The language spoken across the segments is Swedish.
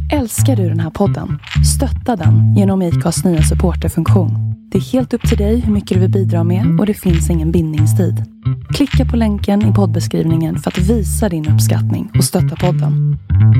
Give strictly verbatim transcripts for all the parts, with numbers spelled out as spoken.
Älskar du den här podden? Stötta den genom I C A:s nya supporterfunktion. Det är helt upp till dig hur mycket du vill bidra med och det finns ingen bindningstid. Klicka på länken i poddbeskrivningen för att visa din uppskattning och stötta podden.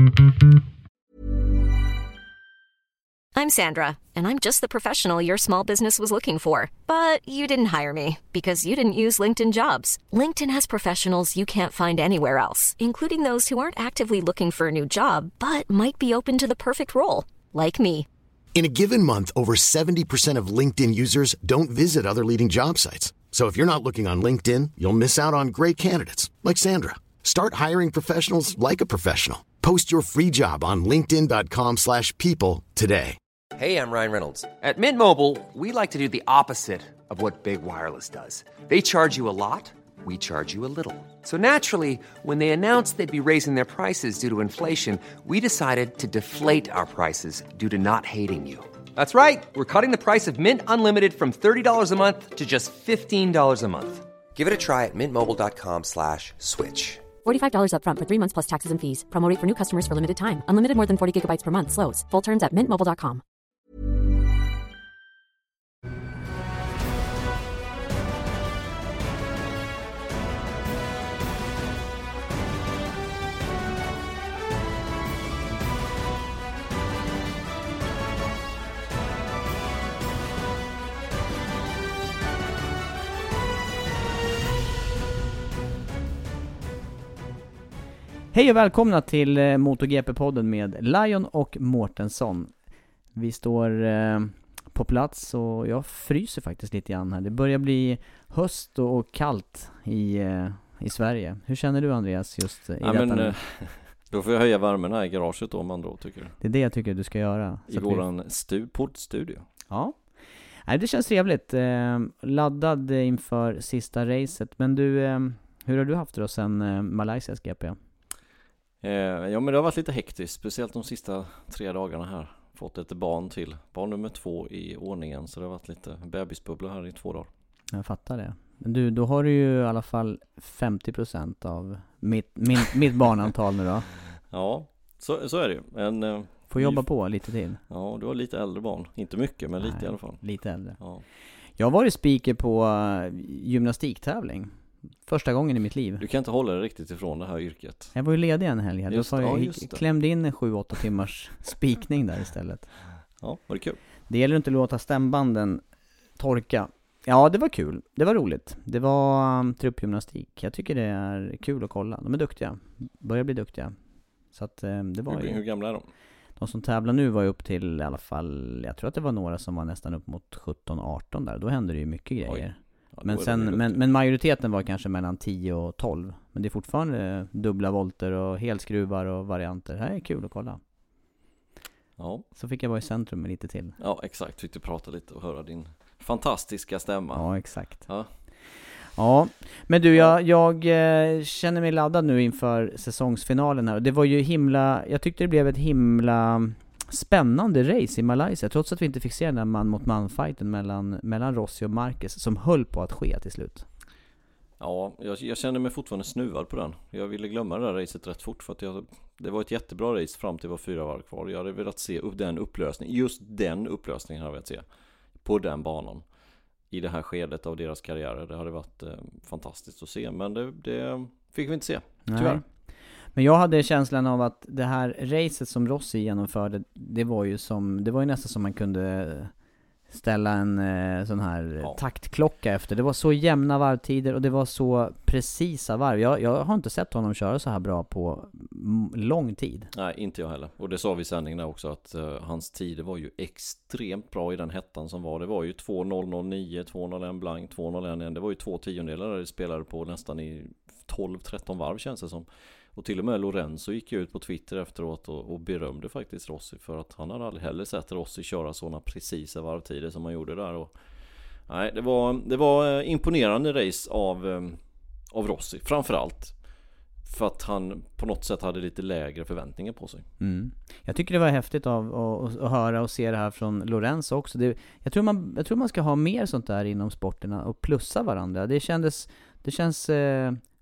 I'm Sandra, and I'm just the professional your small business was looking for. But you didn't hire me because you didn't use LinkedIn Jobs. LinkedIn has professionals you can't find anywhere else, including those who aren't actively looking for a new job, but might be open to the perfect role, like me. In a given month, over seventy percent of LinkedIn users don't visit other leading job sites. So if you're not looking on LinkedIn, you'll miss out on great candidates like Sandra. Start hiring professionals like a professional. Post your free job on linkedin dot com slash people today. Hey, I'm Ryan Reynolds. At Mint Mobile, we like to do the opposite of what Big Wireless does. They charge you a lot, we charge you a little. So naturally, when they announced they'd be raising their prices due to inflation, we decided to deflate our prices due to not hating you. That's right. We're cutting the price of Mint Unlimited from thirty dollars a month to just fifteen dollars a month. Give it a try at mintmobile.com slash switch. forty-five dollars up front for three months plus taxes and fees. Promo rate for new customers for limited time. Unlimited more than forty gigabytes per month. Slows full terms at mint mobile dot com. Hej och välkomna till eh, MotoGP-podden med Lion och Mårtensson. Vi står eh, på plats och jag fryser faktiskt lite grann här. Det börjar bli höst och, och kallt i, eh, i Sverige. Hur känner du, Andreas, just i ja, detta men, nu? eh, då får jag höja värmen här i garaget då, om man då tycker. Det är det jag tycker du ska göra. I våran vi... stu- poddstudio. Ja. Nej, det känns trevligt. Eh, laddad inför sista racet. Men du, eh, hur har du haft det då sen eh, Malaysias G P? Eh, ja, men det har varit lite hektiskt, speciellt de sista tre dagarna här. Fått ett barn till. Barn nummer två i ordningen, så det har varit lite bebisbubbla här i två dagar. Jag fattar det. Men du, då har du ju i alla fall femtio procent av mitt, min, mitt barnantal nu då. Ja, så, så är det ju. Men, eh, får jobba vi... på lite till. Ja, du har lite äldre barn. Inte mycket, men Nej, lite i alla fall. Lite äldre. Ja. Jag var ju speaker på uh, gymnastiktävling. Första gången i mitt liv. Du kan inte hålla dig riktigt ifrån det här yrket. Jag var ju ledig en helg här. Då så jag ja, klämde in en sju åtta timmars spikning där istället. Ja, var det kul? Det gäller inte att låta stämbanden torka. Ja, det var kul. Det var roligt. Det var um, truppgymnastik. Jag tycker det är kul att kolla. De är duktiga. Börjar bli duktiga. Så att um, det var hur, ju... hur gamla är de? De som tävlar nu var ju upp till i alla fall... Jag tror att det var några som var nästan upp mot sjutton arton där. Då hände det ju mycket grejer. Ja, men, sen, men, men majoriteten var kanske mellan tio och tolv. Men det är fortfarande dubbla volter och helskruvar och varianter. Det här är kul att kolla. Ja. Så fick jag vara i centrum med lite till. Ja, exakt. Fick du prata lite och höra din fantastiska stämma. Ja, exakt. Ja, ja. Men du, jag, jag känner mig laddad nu inför säsongsfinalen här. Det var ju himla... Jag tyckte det blev ett himla... spännande race i Malaysia, trots att vi inte fick se den där man mot man-fighten mellan, mellan Rossi och Marquez som höll på att ske till slut. Ja, jag, jag känner mig fortfarande snuvad på den. Jag ville glömma det där racet rätt fort för att jag, det var ett jättebra race fram till det var fyra varv kvar. Jag hade velat se upp den upplösningen, just den upplösningen hade jag velat se på den banan i det här skedet av deras karriärer. Det hade varit eh, fantastiskt att se, men det, det fick vi inte se, tyvärr. Nej. Men jag hade känslan av att det här racet som Rossi genomförde, det var ju som det var ju nästan som man kunde ställa en eh, sån här ja. taktklocka efter. Det var så jämna varvtider och det var så precisa varv. Jag, jag har inte sett honom köra så här bra på m- lång tid. Nej, inte jag heller. Och det sa vi i sändningen också att uh, hans tider var ju extremt bra i den hettan som var. Det var ju två noll noll nio, två noll ett blank, två noll ett. Det var ju två tiondelar där det spelade på nästan i tolv tretton varv känns det som. Och till och med Lorenzo gick ut på Twitter efteråt och, och berömde faktiskt Rossi för att han hade aldrig heller sett Rossi köra sådana precisa varvtider som han gjorde där. Och, nej, det var, det var imponerande race av, av Rossi, framförallt för att han på något sätt hade lite lägre förväntningar på sig. Mm. Jag tycker det var häftigt av att, att höra och se det här från Lorenzo också. Det, jag, tror man, jag tror man ska ha mer sånt där inom sporterna och plussa varandra. Det kändes, det känns... Eh,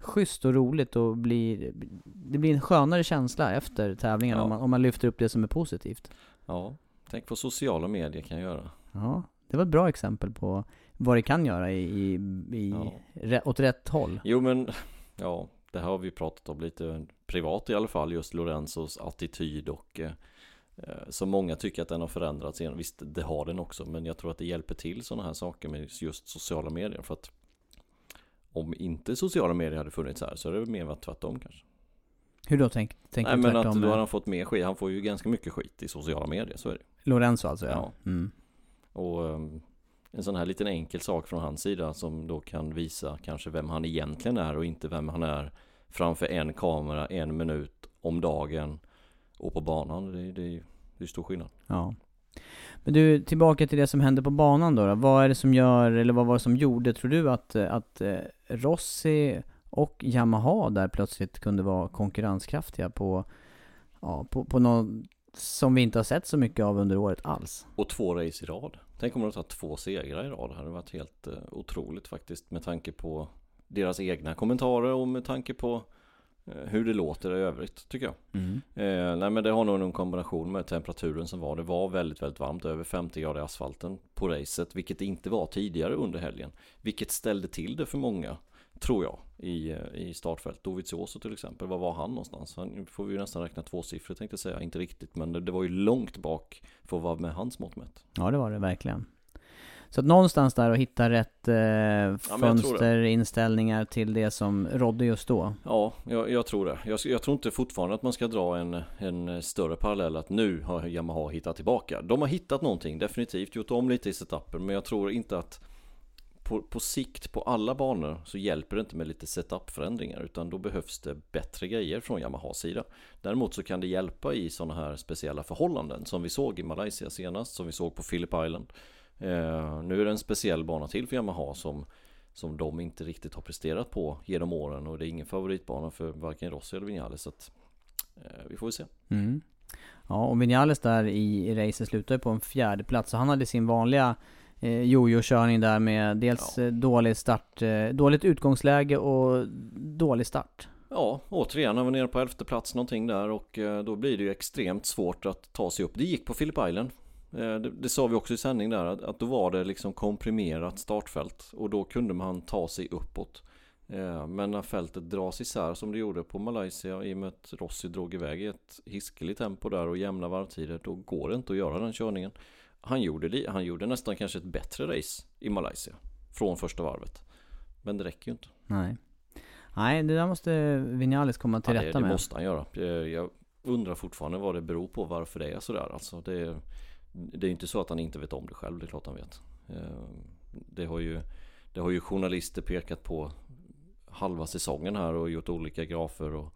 schysst och roligt och blir, det blir en skönare känsla efter tävlingen Ja. om, man, om man lyfter upp det som är positivt. Ja, tänk vad sociala medier kan göra. Ja, det var ett bra exempel på vad det kan göra i, i, i Ja. rä, åt rätt håll. Jo men, ja, det här har vi pratat om lite privat i alla fall, just Lorenzos attityd och eh, så många tycker att den har förändrats igen. Visst, det har den också, men jag tror att det hjälper till sådana här saker med just sociala medier, för att om inte sociala medier hade funnits här så hade det mer varit tvärtom kanske. Hur då tänk, tänker Nej du men tvärtom? att då har han fått mer skit, han får ju ganska mycket skit i sociala medier, så är det. Lorenzo alltså, ja. Ja. Mm. Och um, en sån här liten enkel sak från hans sida som då kan visa kanske vem han egentligen är och inte vem han är framför en kamera en minut om dagen och på banan, det, det, det är stor skillnad. Ja. Men du, tillbaka till det som hände på banan då, då. Vad är det som gör, eller vad var det som gjorde, tror du att, att eh, Rossi och Yamaha där plötsligt kunde vara konkurrenskraftiga på, ja, på, på något som vi inte har sett så mycket av under året alls? Och två race i rad. Tänk om de hade tagit två segrar i rad. Det hade varit helt eh, otroligt faktiskt, med tanke på deras egna kommentarer och med tanke på eh, hur det låter i övrigt, tycker jag. Mm. Eh, nej men det har nog en kombination med temperaturen som var. Det var väldigt, väldigt varmt, över femtio grader i asfalten på racet, vilket det inte var tidigare under helgen. Vilket ställde till det för många, tror jag, i, i startfält. Dovizioso till exempel, var var han någonstans? Han får vi ju nästan räkna två siffror, tänkte jag säga. Inte riktigt, men det, det var ju långt bak för att vara med hans mått mätt. Ja, det var det verkligen. Så att någonstans där och hitta rätt eh, Ja, fönster, inställningar till det som rådde just då. Ja, jag, jag tror det. Jag, jag tror inte fortfarande att man ska dra en, en större parallell att nu har Yamaha hittat tillbaka. De har hittat någonting, definitivt gjort om lite i setupen, men jag tror inte att på, på sikt på alla banor så hjälper det inte med lite setup-förändringar, utan då behövs det bättre grejer från Yamahas sida. Däremot så kan det hjälpa i sådana här speciella förhållanden som vi såg i Malaysia senast, som vi såg på Phillip Island. Eh, nu är det en speciell bana till för Yamaha som, som de inte riktigt har presterat på genom åren, och det är ingen favoritbana för varken Rossi eller Vinales, så att eh, vi får väl se. Mm. Ja, och Vinales där i, i racet slutade på en fjärde plats, så han hade sin vanliga eh, jojo-körning där med dels Ja. eh, dålig start, eh, dåligt utgångsläge och dålig start. Ja, återigen han var nere på elfte plats någonting där, och eh, då blir det ju extremt svårt att ta sig upp. Det gick på Phillip Island. Det, det sa vi också i sändning där, att, att då var det liksom komprimerat startfält och då kunde man ta sig uppåt. Eh, men när fältet dras isär som det gjorde på Malaysia, i och med att Rossi drog iväg i ett hiskeligt tempo där och jämna varvtider, då går det inte att göra den körningen. Han gjorde, han gjorde nästan kanske ett bättre race i Malaysia från första varvet, men det räcker ju inte. Nej, Nej det där måste Vinales komma till ja, det, rätta det med. Det måste han göra. Jag, jag undrar fortfarande vad det beror på, varför det är sådär. Alltså det Det är inte så att han inte vet om det själv, det är klart han vet. Det har ju, det har ju journalister pekat på halva säsongen här och gjort olika grafer och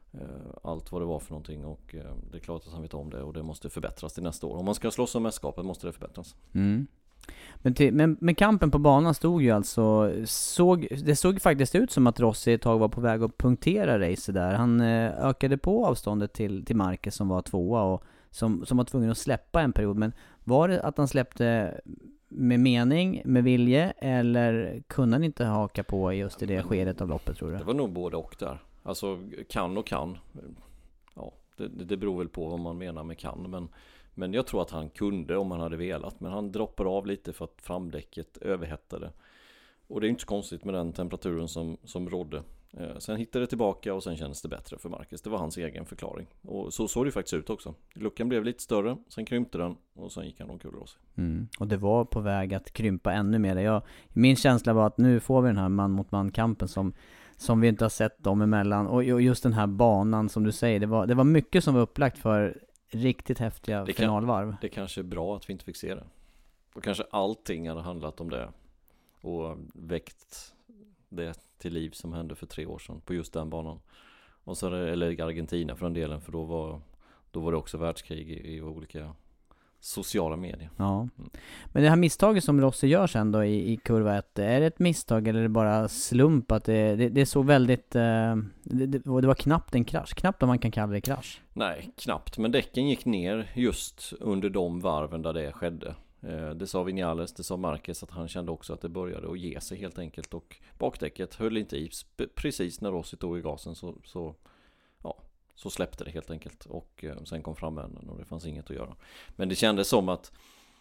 allt vad det var för någonting, och det är klart att han vet om det, och det måste förbättras till nästa år. Om man ska slåss om mästerskapet måste det förbättras. Mm. Men, till, men, men kampen på banan stod ju alltså, såg, det såg faktiskt ut som att Rossi ett tag var på väg att punktera racet där. Han eh, ökade på avståndet till, till Marquez som var tvåa och som, som var tvungen att släppa en period. Men var det att han släppte med mening, med vilje, eller kunde han inte haka på just i det skedet av loppet, tror du? Det var nog både och där. Alltså kan och kan. Ja, det, det beror väl på vad man menar med kan, men Men jag tror att han kunde om han hade velat. Men han droppade av lite för att framdäcket överhettade. Och det är inte så konstigt med den temperaturen som, som rådde. Eh, sen hittade det tillbaka och sen kändes det bättre för Marquez. Det var hans egen förklaring. Och så såg det faktiskt ut också. Luckan blev lite större, sen krympte den och sen gick han omkull av sig. Mm. Och det var på väg att krympa ännu mer. Jag, min känsla var att nu får vi den här man mot man kampen som, som vi inte har sett dem emellan. Och just den här banan som du säger, det var, det var mycket som var upplagt för riktigt häftiga det finalvarv. Kan, det kanske är bra att vi inte fick se det. Och kanske allting hade handlat om det. Och väckt det till liv som hände för tre år sedan på just den banan. Och så, eller Argentina för den delen, för då var, då var det också världskrig i, i olika sociala medier. Ja. Men det här misstaget som Rossi gör sen då i, i kurva ett, är det ett misstag eller är det bara slump att det, det, det är så väldigt eh, det, det var knappt en krasch, knappt om man kan kalla det krasch? Nej, knappt, men däcken gick ner just under de varven där det skedde. Det sa Vinales, det sa Marquez att han kände också att det började att ge sig helt enkelt. Och bakdäcket höll inte i. Precis när Rossi tog i gasen så, så, ja, så släppte det helt enkelt. Och sen kom fram änden och det fanns inget att göra. Men det kändes som att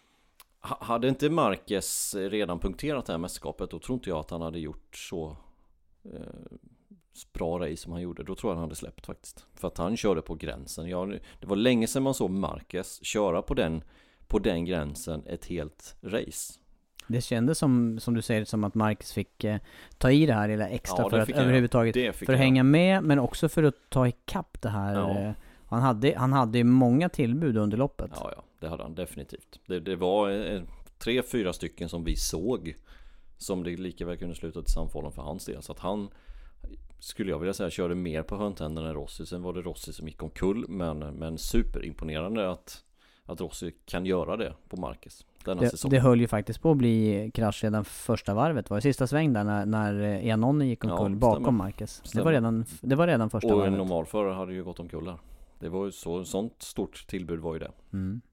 hade inte Marquez redan punkterat det här mästerskapet, då tror inte jag att han hade gjort så eh, bra race som han gjorde. Då tror jag han hade släppt faktiskt. För att han körde på gränsen. Ja, det var länge sedan man såg Marquez köra på den, på den gränsen ett helt race. Det kändes som, som du säger, som att Marquez fick eh, ta i det här lilla extra ja, för att jag. överhuvudtaget för att hänga med, men också för att ta ikapp det här. Ja. Eh, han hade han hade många tillbud under loppet. Ja, ja, det hade han definitivt. Det, det var eh, tre, fyra stycken som vi såg som det lika väl kunde sluta till samfällen för hans del. Så att han, skulle jag vilja säga, körde mer på hörntänderna än Rossi. Sen var det Rossi som gick omkull, men, men superimponerande att, att Rossi kan göra det på Marquez. Det, det höll ju faktiskt på att bli krasch redan första varvet. Var det sista sväng där när, när Iannone gick omkull, ja, bakom Marquez. Det var, redan, det var redan första och varvet. Och en normalförare hade ju gått omkull där. Det var ju så, sånt stort tillbud var ju det. Mm.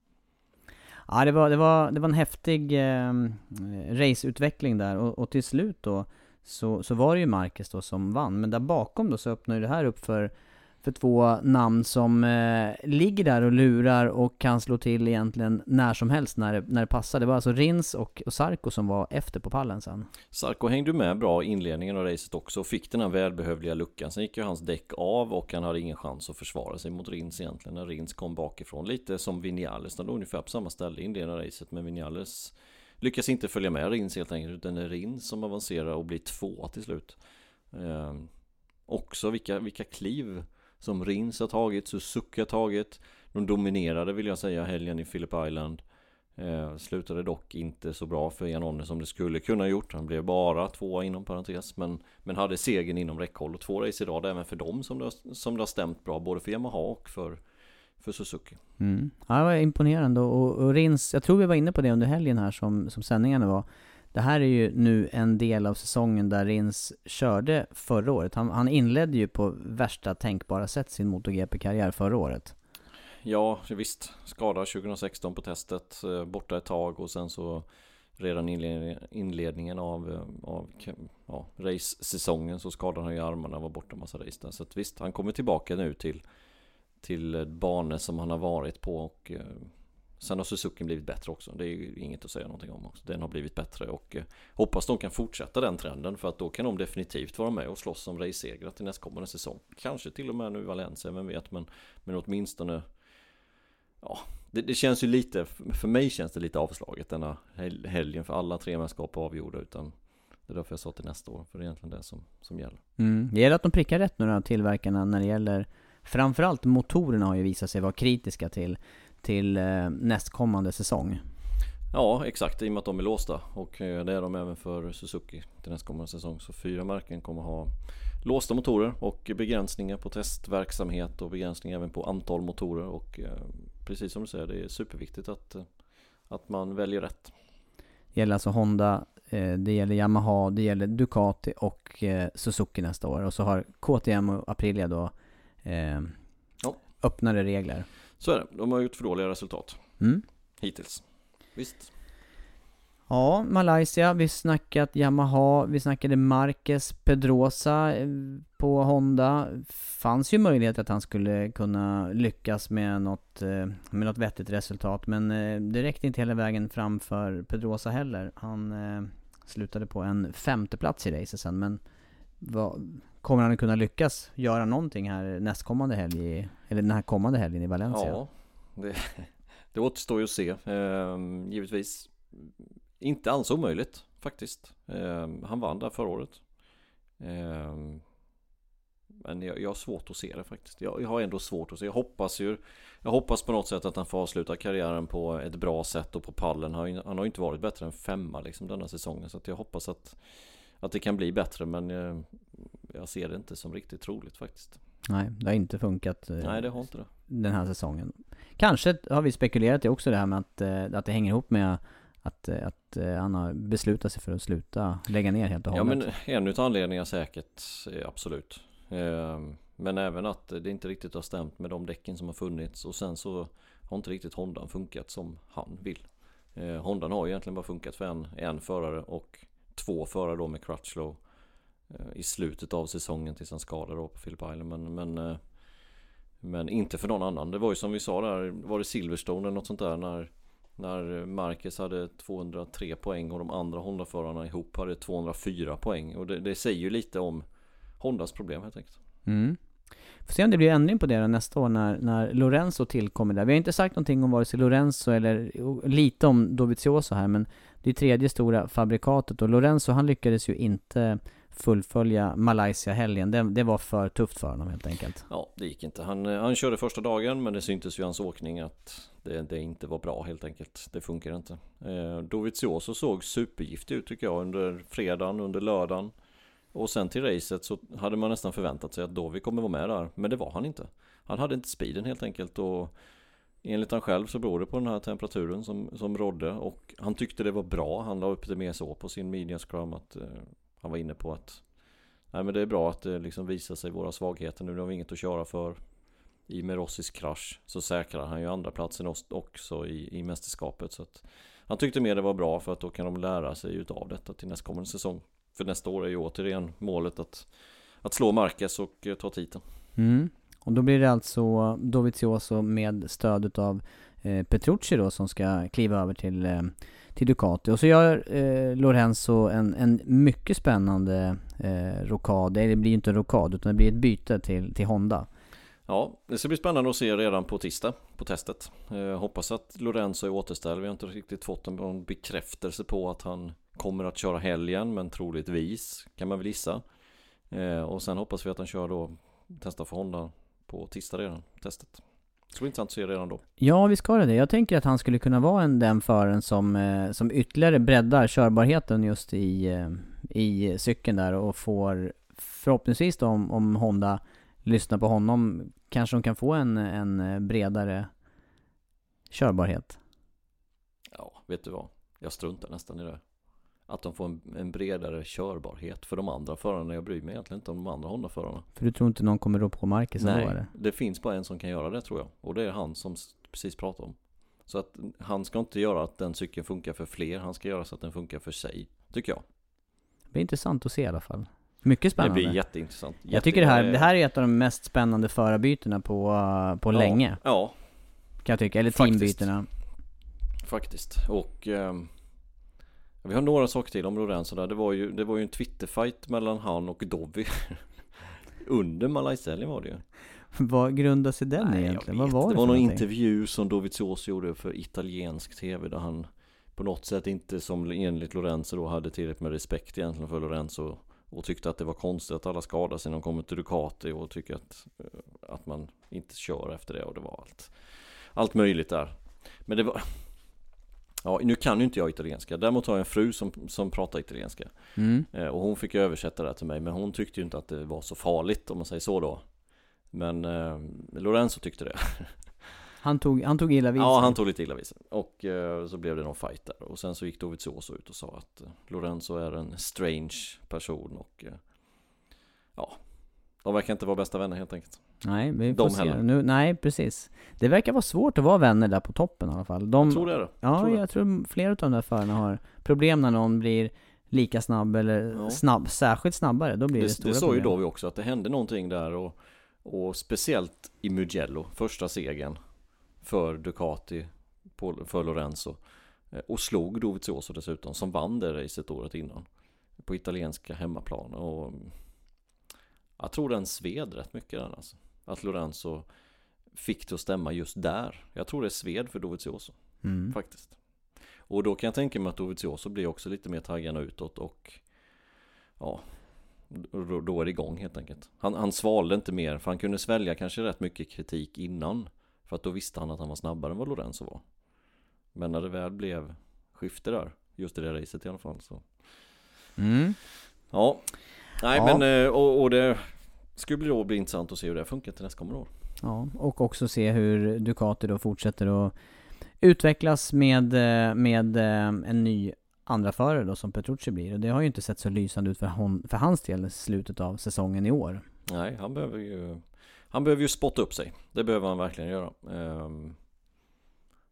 Ja, det var, det var, det var en häftig eh, raceutveckling där. Och, och till slut då så, så var det ju Marquez då som vann. Men där bakom då så öppnade det här upp för, för två namn som eh, ligger där och lurar och kan slå till egentligen när som helst när det, när det passar. Det var alltså Rins och, och Zarco som var efter på pallen sen. Zarco hängde med bra i inledningen av racet också och fick den här välbehövliga luckan. Sen gick ju hans däck av och han hade ingen chans att försvara sig mot Rins egentligen när Rins kom bakifrån. Lite som Vinales, de låg ungefär på samma ställe i inledningen av racet, men Vinales lyckas inte följa med Rins helt enkelt, utan det är Rins som avancerar och blir två till slut. Eh, också vilka, vilka kliv som Rins har tagit, Suzuki har tagit. De dominerade, vill jag säga, helgen i Phillip Island. Eh, slutade dock inte så bra för Iannone som det skulle kunna ha gjort. Han blev bara tvåa inom parentes, men, men hade segern inom räckhåll. Och två race idag, även för dem som det, har, som det har stämt bra, både för Yamaha och för, för Suzuki. Mm. Ja, det var imponerande. Och, och Rins, jag tror vi var inne på det under helgen här som, som sändningarna var. Det här är ju nu en del av säsongen där Rins körde förra året. Han, han inledde ju på värsta tänkbara sätt sin MotoGP-karriär förra året. Ja, visst. Skada tjugohundrasexton på testet, borta ett tag och sen så redan inledningen, inledningen av, av ja, race-säsongen så skadade han ju armarna och var borta en massa race där. Så att visst, han kommer tillbaka nu till, till banor som han har varit på och sen har Suzuki blivit bättre också. Det är ju inget att säga någonting om också. Den har blivit bättre och eh, hoppas de kan fortsätta den trenden, för att då kan de definitivt vara med och slåss om race-segrar till nästkommande säsong. Kanske till och med nu i Valencia, vem vet. Men, men åtminstone, ja, det, det känns ju lite, för mig känns det lite avslaget denna hel, helgen för alla tre mästerskap avgjorda, utan det är därför jag sa till nästa år, för det är egentligen det som, som gäller. Mm. Det gäller att de prickar rätt nu då, tillverkarna, när det gäller framförallt motorerna har ju visat sig vara kritiska till till eh, nästkommande säsong. Ja, exakt, i och med att de är låsta. Och eh, det är de även för Suzuki till nästkommande säsong. Så fyra märken kommer ha låsta motorer och begränsningar på testverksamhet och begränsningar även på antal motorer. Och eh, precis som du säger, det är superviktigt att, att man väljer rätt. Det gäller alltså Honda, eh, det gäller Yamaha, det gäller Ducati och eh, Suzuki nästa år. Och så har K T M och Aprilia då eh, ja. öppnare regler. Så är det. De har gjort för dåliga resultat. Mm. Hittills. Visst. Ja, Malaysia. Vi snackat Yamaha. Vi snackade Marquez, Pedrosa på Honda. Fanns ju möjlighet att han skulle kunna lyckas med något, med något vettigt resultat. Men det räckte inte hela vägen fram för Pedrosa heller. Han eh, slutade på en femte plats i racet sen. Men vad... Kommer han att kunna lyckas göra någonting här nästkommande helg, eller den här kommande helgen i Valencia? Ja, det, det återstår ju att se. Eh, givetvis inte alls omöjligt faktiskt. Eh, han vann där förra året. Eh, men jag, jag har svårt att se det faktiskt. Jag, jag har ändå svårt att se. Jag hoppas ju, jag hoppas på något sätt att han får avsluta karriären på ett bra sätt och på pallen. Han, han har ju inte varit bättre än femma liksom denna säsongen, så att jag hoppas att att det kan bli bättre, men jag, jag ser det inte som riktigt troligt faktiskt. Nej, det har inte funkat. Nej, det har inte det. Den här säsongen. Kanske har vi spekulerat i också det här med att, att det hänger ihop med att, att han har beslutat sig för att sluta lägga ner helt och hållet. Ja, men en utav anledningarna säkert, absolut. Men även att det inte riktigt har stämt med de däcken som har funnits, och sen så har inte riktigt Honda funkat som han vill. Eh, Hondan har ju egentligen bara funkat för en, en förare och två förare då med Crutchlow eh, i slutet av säsongen tills han skadade då på Phillip Island. Men, men, eh, men inte för någon annan. Det var ju som vi sa där, var det Silverstone eller något sånt där när, när Marquez hade tvåhundratre poäng och de andra Honda-förarna ihop hade tvåhundrafyra poäng. Och det, det säger ju lite om Hondas problem helt enkelt. Mm. Får se om det blir ändring på det nästa år när, när Lorenzo tillkommer där. Vi har inte sagt någonting om vare sig Lorenzo eller lite om Dovizioso här, men det är tredje stora fabrikatet och Lorenzo han lyckades ju inte fullfölja Malaysia-helgen. Det, det var för tufft för honom helt enkelt. Ja, det gick inte. Han, han körde första dagen men det syntes ju hans åkning att det, det inte var bra helt enkelt. Det funkar inte. Eh, Dovizioso såg supergiftig ut tycker jag under fredagen, under lördagen. Och sen till racet så hade man nästan förväntat sig att Dovi kommer vara med där. Men det var han inte. Han hade inte speeden helt enkelt. Och enligt han själv så beror det på den här temperaturen som, som rådde. Och han tyckte det var bra. Han la upp det mer så på sin media scrum att eh, han var inne på att nej, men det är bra att det liksom visar sig våra svagheter. Nu har vi inget att köra för. I med Rossis krasch så säkrar han ju andra platsen också i, i mästerskapet. Så att han tyckte mer det var bra för att då kan de lära sig utav detta till nästkommande säsong. För nästa år är ju återigen målet att, att slå Marquez och uh, ta titeln. Mm. Och då blir det alltså Dovizioso med stöd av eh, Petrucci då som ska kliva över till, eh, till Ducati. Och så gör eh, Lorenzo en, en mycket spännande eh, rokad. Det blir ju inte en rokad utan det blir ett byte till, till Honda. Ja, det ska bli spännande att se redan på tisdag på testet. Eh, hoppas att Lorenzo är återställd. Vi har inte riktigt fått en bekräftelse på att han kommer att köra helgen, men troligtvis kan man väl gissa. Eh, och sen hoppas vi att han kör då, testa för Honda på tisdag redan, testet. Det ska bli intressant att se redan då. Ja, vi ska det. Jag tänker att han skulle kunna vara en den föraren som, eh, som ytterligare breddar körbarheten just i, eh, i cykeln där och får förhoppningsvis då, om, om Honda lyssnar på honom, kanske de kan få en, en bredare körbarhet. Ja, vet du vad? Jag struntar nästan i det. Att de får en, en bredare körbarhet för de andra förarna. Jag bryr mig egentligen inte om de andra Honda-förarna. För du tror inte någon kommer rå på Marquez? Nej, då, eller? Det finns bara en som kan göra det tror jag. Och det är han som precis pratade om. Så att han ska inte göra att den cykeln funkar för fler. Han ska göra så att den funkar för sig, tycker jag. Det blir intressant att se i alla fall. Mycket spännande. Det blir jätteintressant. Jätte... Jag tycker det här, det här är ett av de mest spännande förarbytena på, på ja, länge. Ja. Kan jag tycka. Eller Faktiskt. teambytena. Faktiskt. Och eh, vi har några saker till om Lorenzo där. Det var ju, det var ju en Twitterfight mellan han och Dovi. Under Malaysia-helgen var det ju. Vad grundar sig den Nej, egentligen? Vad var det, det var någon någonting? intervju som Dovizioso gjorde för italiensk tv där han på något sätt inte som enligt Lorenzo då hade tillräckligt med respekt egentligen för Lorenzo och tyckte att det var konstigt att alla skadade sig när de kommer till Ducati och tycker att, att man inte kör efter det och det var allt allt möjligt där. Men det var ja, nu kan ju inte jag italienska. Däremot har jag en fru som, som pratar italienska. Mm. Eh, och hon fick översätta det till mig. Men hon tyckte ju inte att det var så farligt om man säger så då. Men eh, Lorenzo tyckte det. Han tog, han tog illa vid sig. Ja, han tog lite illa vid sig. Och eh, så blev det någon fight där. Och sen så gick Dovizioso ut och sa att eh, Lorenzo är en strange person. Och eh, ja, de verkar inte vara bästa vänner helt enkelt. Nej, vi får de se. heller. Nu, nej, precis. Det verkar vara svårt att vara vänner där på toppen i alla fall. De, jag tror det är det. Ja, tror det. jag tror flera av de där förarna har problem när någon blir lika snabb eller Ja. snabb, särskilt snabbare. Då blir det, Det, stora det såg ju problem. då vi också att det hände någonting där. Och, och speciellt i Mugello, första segern för Ducati på, för Lorenzo. Eh, Och slog Dovizioso dessutom, som vann det racet året innan. På italienska hemmaplan. Och jag tror den sved rätt mycket den alltså. Att Lorenzo fick det att stämma just där. Jag tror det sved för Dovizioso. Mm. Faktiskt. Och då kan jag tänka mig att Dovizioso blir också lite mer taggande utåt. Och ja, då, då är det igång helt enkelt. Han, han svalde inte mer. För han kunde svälja kanske rätt mycket kritik innan. För att då visste han att han var snabbare än vad Lorenzo var. Men när det väl blev skifte där, just i det racet i alla fall. Så. Mm. Ja, nej Ja. men och, och det skulle bli då bli intressant att se hur det funkar till nästa år. Ja, och också se hur Ducati då fortsätter att utvecklas med, med en ny andra förare då som Petrucci blir. Och det har ju inte sett så lysande ut för, hon, för hans del i slutet av säsongen i år. Nej, han behöver ju han behöver ju spotta upp sig. Det behöver han verkligen göra. Um,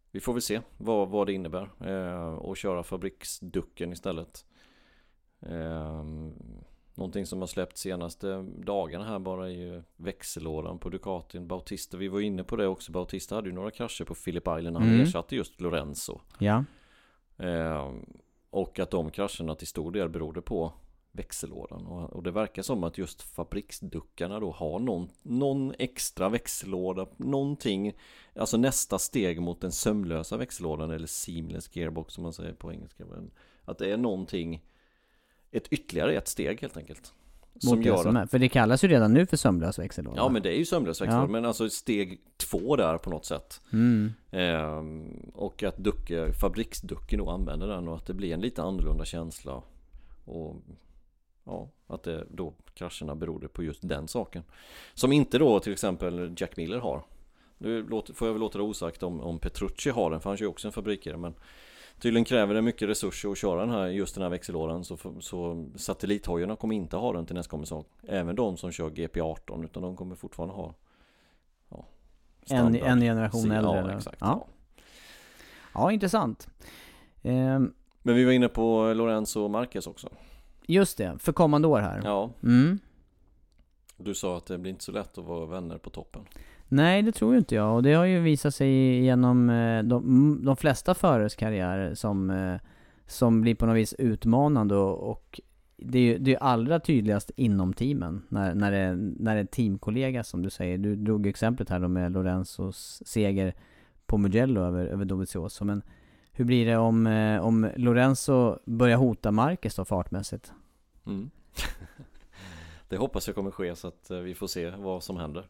vi får väl se vad, vad det innebär eh, och köra fabriksducken istället. Eh, någonting som har släppt senaste dagarna här bara är ju växellådan på Ducatin. Bautista, vi var inne på det också. Bautista hade ju några krascher på Phillip Island. Han mm. ersatte just Lorenzo. Ja. Eh, och att de krascherna till stor del berodde på växellådan. Och, och det verkar som att just fabriksduckarna då har någon, någon extra växellåda. Någonting, alltså nästa steg mot den sömlösa växellådan eller seamless gearbox som man säger på engelska. Att det är någonting, ett ytterligare ett steg helt enkelt. Som gör som att, för det kallas ju redan nu för sömlös växellåda. Ja, men det är ju sömlös växellåda, ja. Men alltså steg två där på något sätt. Mm. Ehm, och att ducke, fabriksducken då använder den och att det blir en lite annorlunda känsla. Och ja, att det då krascherna berodde på just den saken. Som inte då till exempel Jack Miller har. Nu låter, får jag väl låta det osagt om, om Petrucci har den, för han är ju också en fabrikare, men tydligen kräver det mycket resurser att köra den här, just den här växellådan, så, så satellithojarna kommer inte ha den till nästkommande säsong. Även de som kör G P arton, utan de kommer fortfarande ha ja, en, en generation C- äldre. Ja, eller? exakt. Ja. Ja, intressant. Um, Men vi var inne på Lorenzo och Marquez också. Just det, för kommande år här. Ja. Mm. Du sa att det blir inte så lätt att vara vänner på toppen. Nej, det tror ju inte jag. Och det har ju visat sig genom de, de flesta förares karriär som, som blir på något vis utmanande. Och, och det är ju det är allra tydligast inom teamen. När, när, det, när det är teamkollega, som du säger. Du drog exemplet här då med Lorenzos seger på Mugello över, över Dovizioso. Men hur blir det om, om Lorenzo börjar hota Marquez då fartmässigt? Mm. Det hoppas jag kommer ske, så att vi får se vad som händer.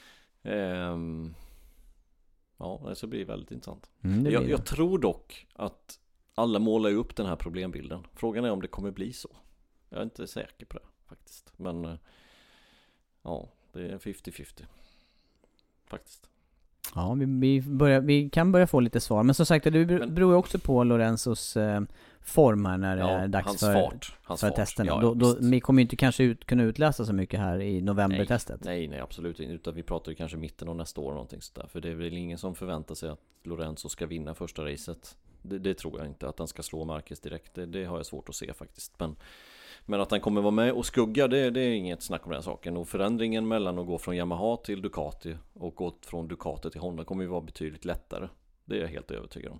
Um, ja, det ska bli väldigt intressant. Mm, jag, jag tror dock att alla målar upp den här problembilden. Frågan är om det kommer bli så. Jag är inte säker på det faktiskt. Men ja, det är femtio femtio faktiskt. Ja, vi, vi, börjar, vi kan börja få lite svar. Men som sagt, det beror också på Lorenzos eh, form här när det ja, är dags hans för, fart, hans för fart. testen. Ja, då, då, vi kommer ju inte kanske ut, kunna utläsa så mycket här i novembertestet. Nej, nej, nej, absolut inte. Utan vi pratar ju kanske mitten av nästa år eller någonting sådär. För det är väl ingen som förväntar sig att Lorenzo ska vinna första racet. Det, det tror jag inte. Att han ska slå Marquez direkt, det, det har jag svårt att se faktiskt. Men, men att han kommer vara med och skugga, det, det är inget snack om den saken. Och förändringen mellan att gå från Yamaha till Ducati och gå från Ducati till Honda kommer ju vara betydligt lättare. Det är jag helt övertygad om.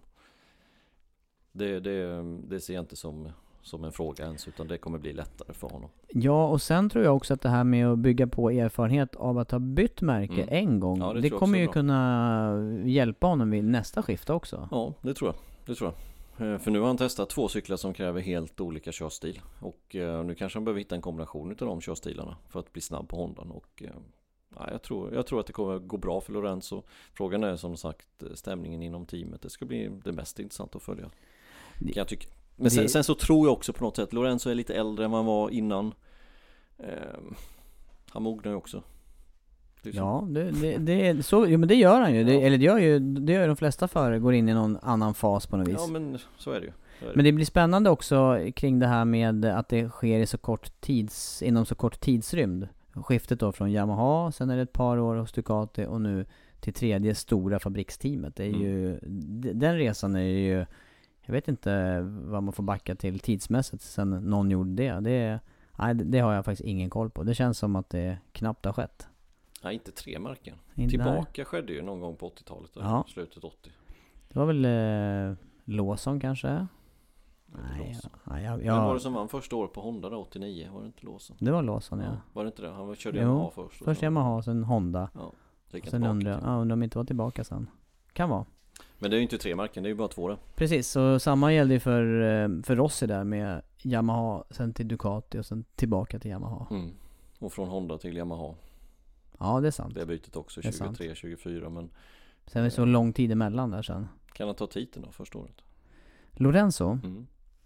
Det, det, det ser jag inte som, som en fråga ens, utan det kommer bli lättare för honom. Ja, och sen tror jag också att det här med att bygga på erfarenhet av att ha bytt märke mm. en gång, ja, det, det kommer ju kunna hjälpa honom vid nästa skifte också. Ja, det tror jag. Det tror jag. För nu har han testat två cyklar som kräver helt olika körstil. Och eh, nu kanske han behöver hitta en kombination av de körstilarna för att bli snabb på Hondan. Och eh, ja, jag, tror, jag tror att det kommer gå bra för Lorenzo. Frågan är som sagt stämningen inom teamet. Det ska bli det mest intressant att följa. Kan jag tycka. Men sen, sen så tror jag också på något sätt Lorenzo är lite äldre än vad han var innan. Eh, han mognar ju också. Det ja, det, det, det, så, jo, men det gör han ju. Det, ja. Eller det gör ju det gör de flesta förare, går in i någon annan fas på något vis. Ja, men så är det ju. Så är det. Men det blir spännande också kring det här med att det sker i så kort tids, inom så kort tidsrymd. Skiftet då från Yamaha, sen är det ett par år hos Ducati och nu till tredje stora fabriksteamet. Det är mm. ju, den resan är ju, jag vet inte vad man får backa till tidsmässigt sen någon gjorde det. Det, nej, det har jag faktiskt ingen koll på. Det känns som att det knappt har skett. Nej, inte tre märken. Inte Tillbaka där. Skedde ju någon gång på åttiotalet. Ja. Slutet åttio. Det var väl eh, Lawson kanske? Nej, ja, jag, jag... Men var det som vann första året på Honda då, åttionio? Var det inte Lawson? Det var Lawson, ja. ja. Var det inte det? Han körde Yamaha först. Först sen... Yamaha, sen Honda. Ja, sen undrar jag om de inte var tillbaka sen. Kan vara. Men det är ju inte tre märken, det är ju bara två då. Precis, så samma gällde ju för, för Rossi där med Yamaha, sen till Ducati och sen tillbaka till Yamaha. Mm. Och från Honda till Yamaha. Ja, det är sant. Det är bytet också, tjugotre tjugofyra, men... Sen är det så lång tid emellan där sen. Kan han ta titeln då, första året? Lorenzo? Mm.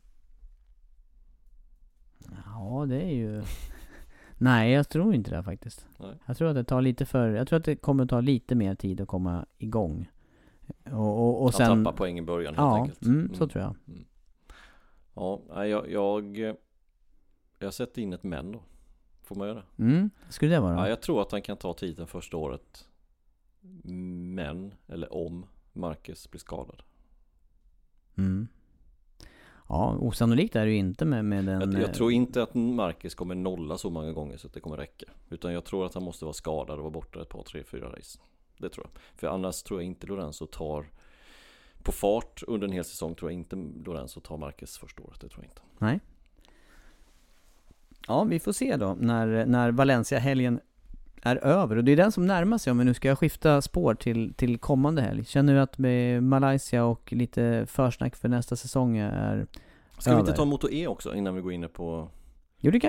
Ja, det är ju... Nej, jag tror inte det faktiskt. Nej. Jag tror att det tar lite för... Jag tror att det kommer ta lite mer tid att komma igång. Och, och, och sen... Han tappar poäng i början helt ja, enkelt. Mm, så mm. tror jag. Mm. Ja, jag, jag... Jag sätter in ett men då. Får man göra det? Mm, skulle det vara? Ja, jag tror att han kan ta titeln första året. Men, eller om Marquez blir skadad. Mm. Ja, osannolikt är det ju inte med, med den... Jag, jag tror inte att Marquez kommer nolla så många gånger så att det kommer räcka. Utan jag tror att han måste vara skadad och vara borta ett par, tre, fyra race. Det tror jag. För annars tror jag inte Lorenzo tar... På fart under en hel säsong tror jag inte Lorenzo tar Marquez första året. Det tror jag inte. Nej. Ja, vi får se då när, när Valencia-helgen är över. Och det är den som närmar sig om vi nu ska skifta spår till, till kommande helg. Känner du att med Malaysia och lite försnack för nästa säsong är Ska över? vi inte ta Moto E också innan vi går in på... Jo, det kan.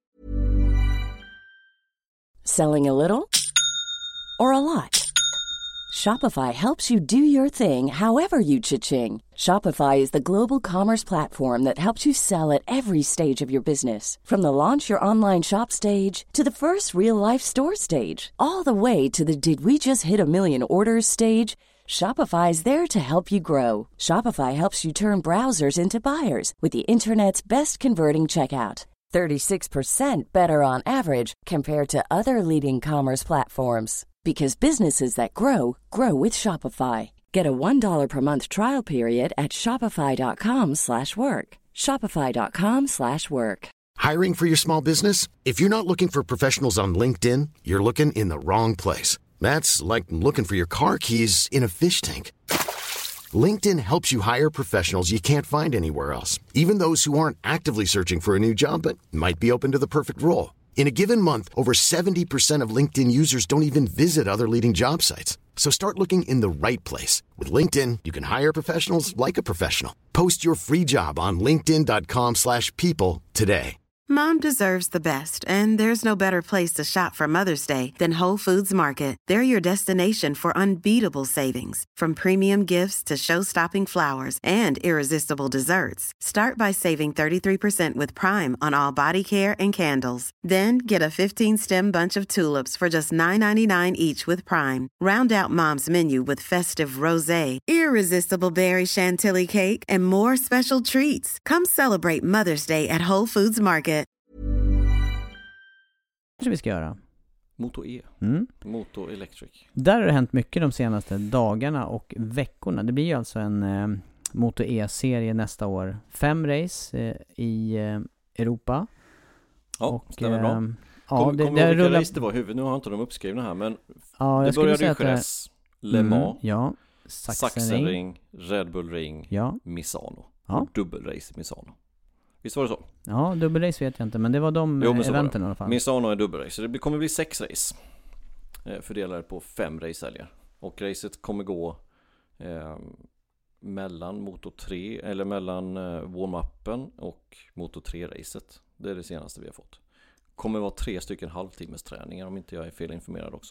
Selling a little or a lot? Shopify helps you do your thing however you cha-ching. Shopify is the global commerce platform that helps you sell at every stage of your business. From the launch your online shop stage to the first real-life store stage, all the way to the did we just hit a million orders stage. Shopify is there to help you grow. Shopify helps you turn browsers into buyers with the internet's best converting checkout. thirty-six percent better on average compared to other leading commerce platforms. Because businesses that grow, grow with Shopify. Get a one dollar per month trial period at shopify.com slash work. Shopify.com slash work. Hiring for your small business? If you're not looking for professionals on LinkedIn, you're looking in the wrong place. That's like looking for your car keys in a fish tank. LinkedIn helps you hire professionals you can't find anywhere else, even those who aren't actively searching for a new job but might be open to the perfect role. In a given month, over seventy percent of LinkedIn users don't even visit other leading job sites. So start looking in the right place. With LinkedIn, you can hire professionals like a professional. Post your free job on linkedin.com slash people today. Mom deserves the best, and there's no better place to shop for Mother's Day than Whole Foods Market. They're your destination for unbeatable savings, from premium gifts to show-stopping flowers and irresistible desserts. Start by saving thirty-three percent with Prime on all body care and candles. Then get a fifteen-stem bunch of tulips for just nine ninety-nine each with Prime. Round out Mom's menu with festive rosé, irresistible berry chantilly cake, and more special treats. Come celebrate Mother's Day at Whole Foods Market. Kanske vi ska göra. Moto E. Mm. Moto Electric. Där har det hänt mycket de senaste dagarna och veckorna. Det blir ju alltså en eh, Moto E-serie nästa år. Fem race eh, i eh, Europa. Ja, och, stämmer bra. Eh, ja, Kom, det, kommer det du ihåg vilka rullar... race det var i huvudet? Nu har inte de uppskrivna här, men ja, det började ju att Jerez, Le Mans, mm, ja. Sachsenring, Sachsenring, Red Bull Ring, ja. Misano. Ja. Dubbelrace i Misano. Visst var det så? Ja, dubbelrace vet jag inte, men det var de jo, eventen i alla fall. Misano är dubbelrace, det kommer bli sex race. Eh, fördelade på fem racehelger. Och racet kommer gå eh, mellan Moto tre, eller mellan eh, warm-upen och Moto tre-racet. Det är det senaste vi har fått. Kommer vara tre stycken halvtimmes träningar om inte jag är felinformerad också.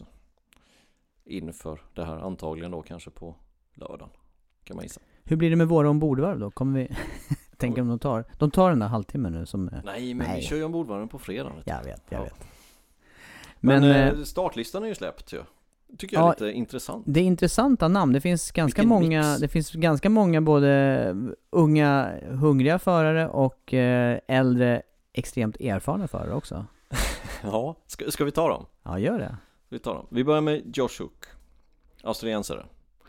Inför det här, antagligen då kanske på lördagen, kan man gissa. Hur blir det med våra ombordvarv då? Kommer vi... Tänker om de tar de tar den där halvtimmen nu som nej men nej. Vi kör ju ombordvarven på fredag. Jag vet, jag ja. vet. Men, men startlistan är ju släppt ju. Tycker jag är ja, lite intressant. Det är intressanta namn. Det finns ganska Vilken många mix. det finns ganska många både unga hungriga förare och eh, äldre extremt erfarna förare också. ja, ska, ska vi ta dem? Ja, gör det. Vi tar dem. Vi börjar med Josh Hook, australiensare.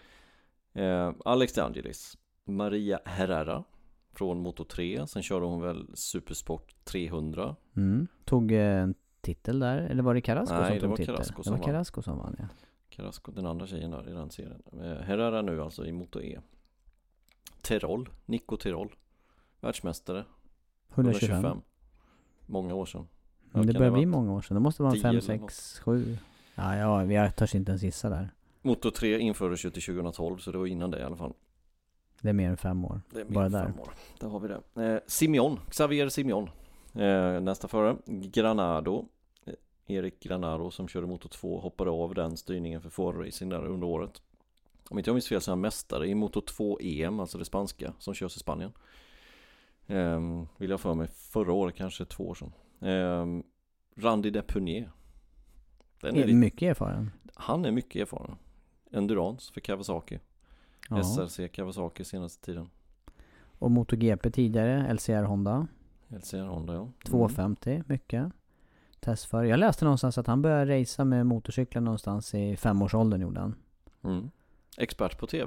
Eh, Alex De Angelis, Maria Herrera från Moto tre, sen körde hon väl Supersport trehundra. Mm. Tog eh, en titel där, eller var det Carrasco Nej, som det tog var titel? Carrasco det var Carrasco som vann, ja. Carrasco, den andra tjejen där i den serien. Eh, Herrera nu alltså i Moto E. Terol, Nico Terol, världsmästare. etthundratjugofem. Många år sedan. Ja, det börjar bli många år sedan. Det måste vara fem, sex, något. sju. Ja, ja, jag törs inte ens gissa där. Moto tre infördes ju till tjugohundratolv, så det var innan det i alla fall. Det är mer än fem år. Det är mer bara än där. fem år. Där har vi det. Eh, Simeon, Xavier Simeon. Eh, nästa förare, Granado. Eh, Erik Granado som körde Moto två hoppade av den styrningen för Ford Racing där under året. Om inte jag minns fel så är han mästare i Moto två E M, alltså det spanska, som körs i Spanien. Eh, vill jag för mig förra året, kanske två år sedan. Eh, Randy Depunier. Den är är lite... mycket erfaren. Han är mycket erfaren. Endurance för Kawasaki. Ja. S R C Kawasaki senaste tiden. Och MotoGP tidigare, L C R Honda. L C R Honda, ja. Mm. tvåhundrafemtio, mycket. Testför. Jag läste någonstans att han började racea med motorcyklar någonstans i femårsåldern gjorde han. Mm. Expert på tv.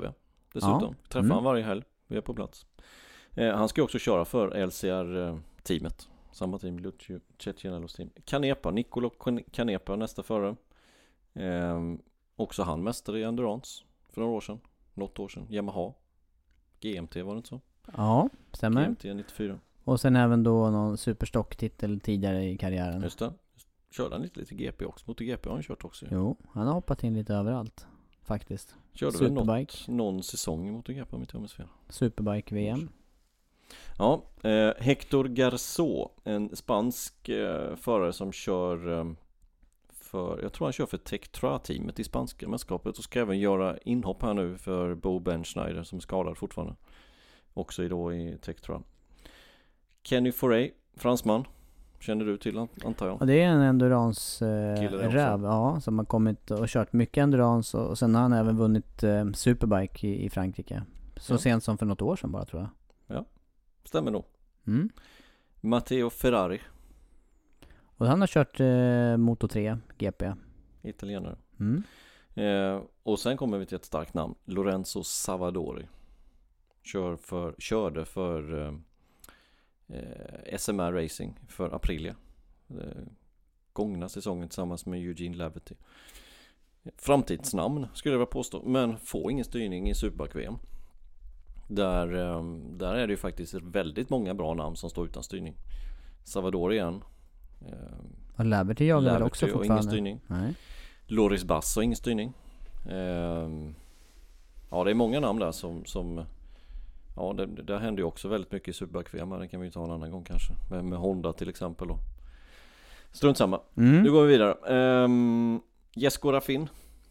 dessutom. Ja. Träffar Mm. han varje helg. Vi är på plats. Eh, han ska också köra för L C R-teamet. Samma team, Lucio Cecchinellos team. Canepa, Nicolo Canepa nästa förare. Eh, också han mästare i endurance för några år sedan. Något år sedan. Yamaha. G M T var det inte så? Ja, stämmer. G M T nittiofyra. Och sen även då någon superstocktitel tidigare i karriären. Just det. Körde han lite, lite G P också. MotoGP har han kört också. Jo, han har hoppat in lite överallt. Faktiskt. Körde väl något, någon säsong i MotoGP om inte jag minns fel. Superbike-V M. Ja, eh, Hector Garçó, en spansk eh, förare som kör eh, för, jag tror han kör för Tectra-teamet i spanska mästerskapet och ska även göra inhopp här nu för Bo Benschneider som är skadad fortfarande. Också idag i Tectra. Kenny Foray, fransman. Känner du till, antar jag? Ja, det är en endurance-räv, eh, ja, som har kommit och kört mycket endurance och, och sen har han även vunnit eh, Superbike i, i Frankrike. Så ja. sent som för något år sedan bara, tror jag. Ja, stämmer nog. Mm. Matteo Ferrari. Och han har kört eh, Moto tre G P. Italienare. Mm. Eh, och sen kommer vi till ett starkt namn. Lorenzo Savadori. Kör för, körde för eh, S M R Racing för Aprilia. Eh, gångna säsongen tillsammans med Eugene Laverty. Framtidsnamn skulle jag vilja påstå. Men får ingen styrning i Superbike-V M. Där, eh, där är det ju faktiskt väldigt många bra namn som står utan styrning. Savadori igen. Eh, och Laverty jagar väl också fortfarande. Ingen styrning. Nej. Loris Basso, ingen styrning. Eh, ja, det är många namn där som... som ja, det, det händer ju också väldigt mycket i Superbike-V M. Det kan vi ju ta en annan gång kanske. Med, med Honda till exempel då. Strunt samma. Mm. Nu går vi vidare. Um, Jesko Raffin.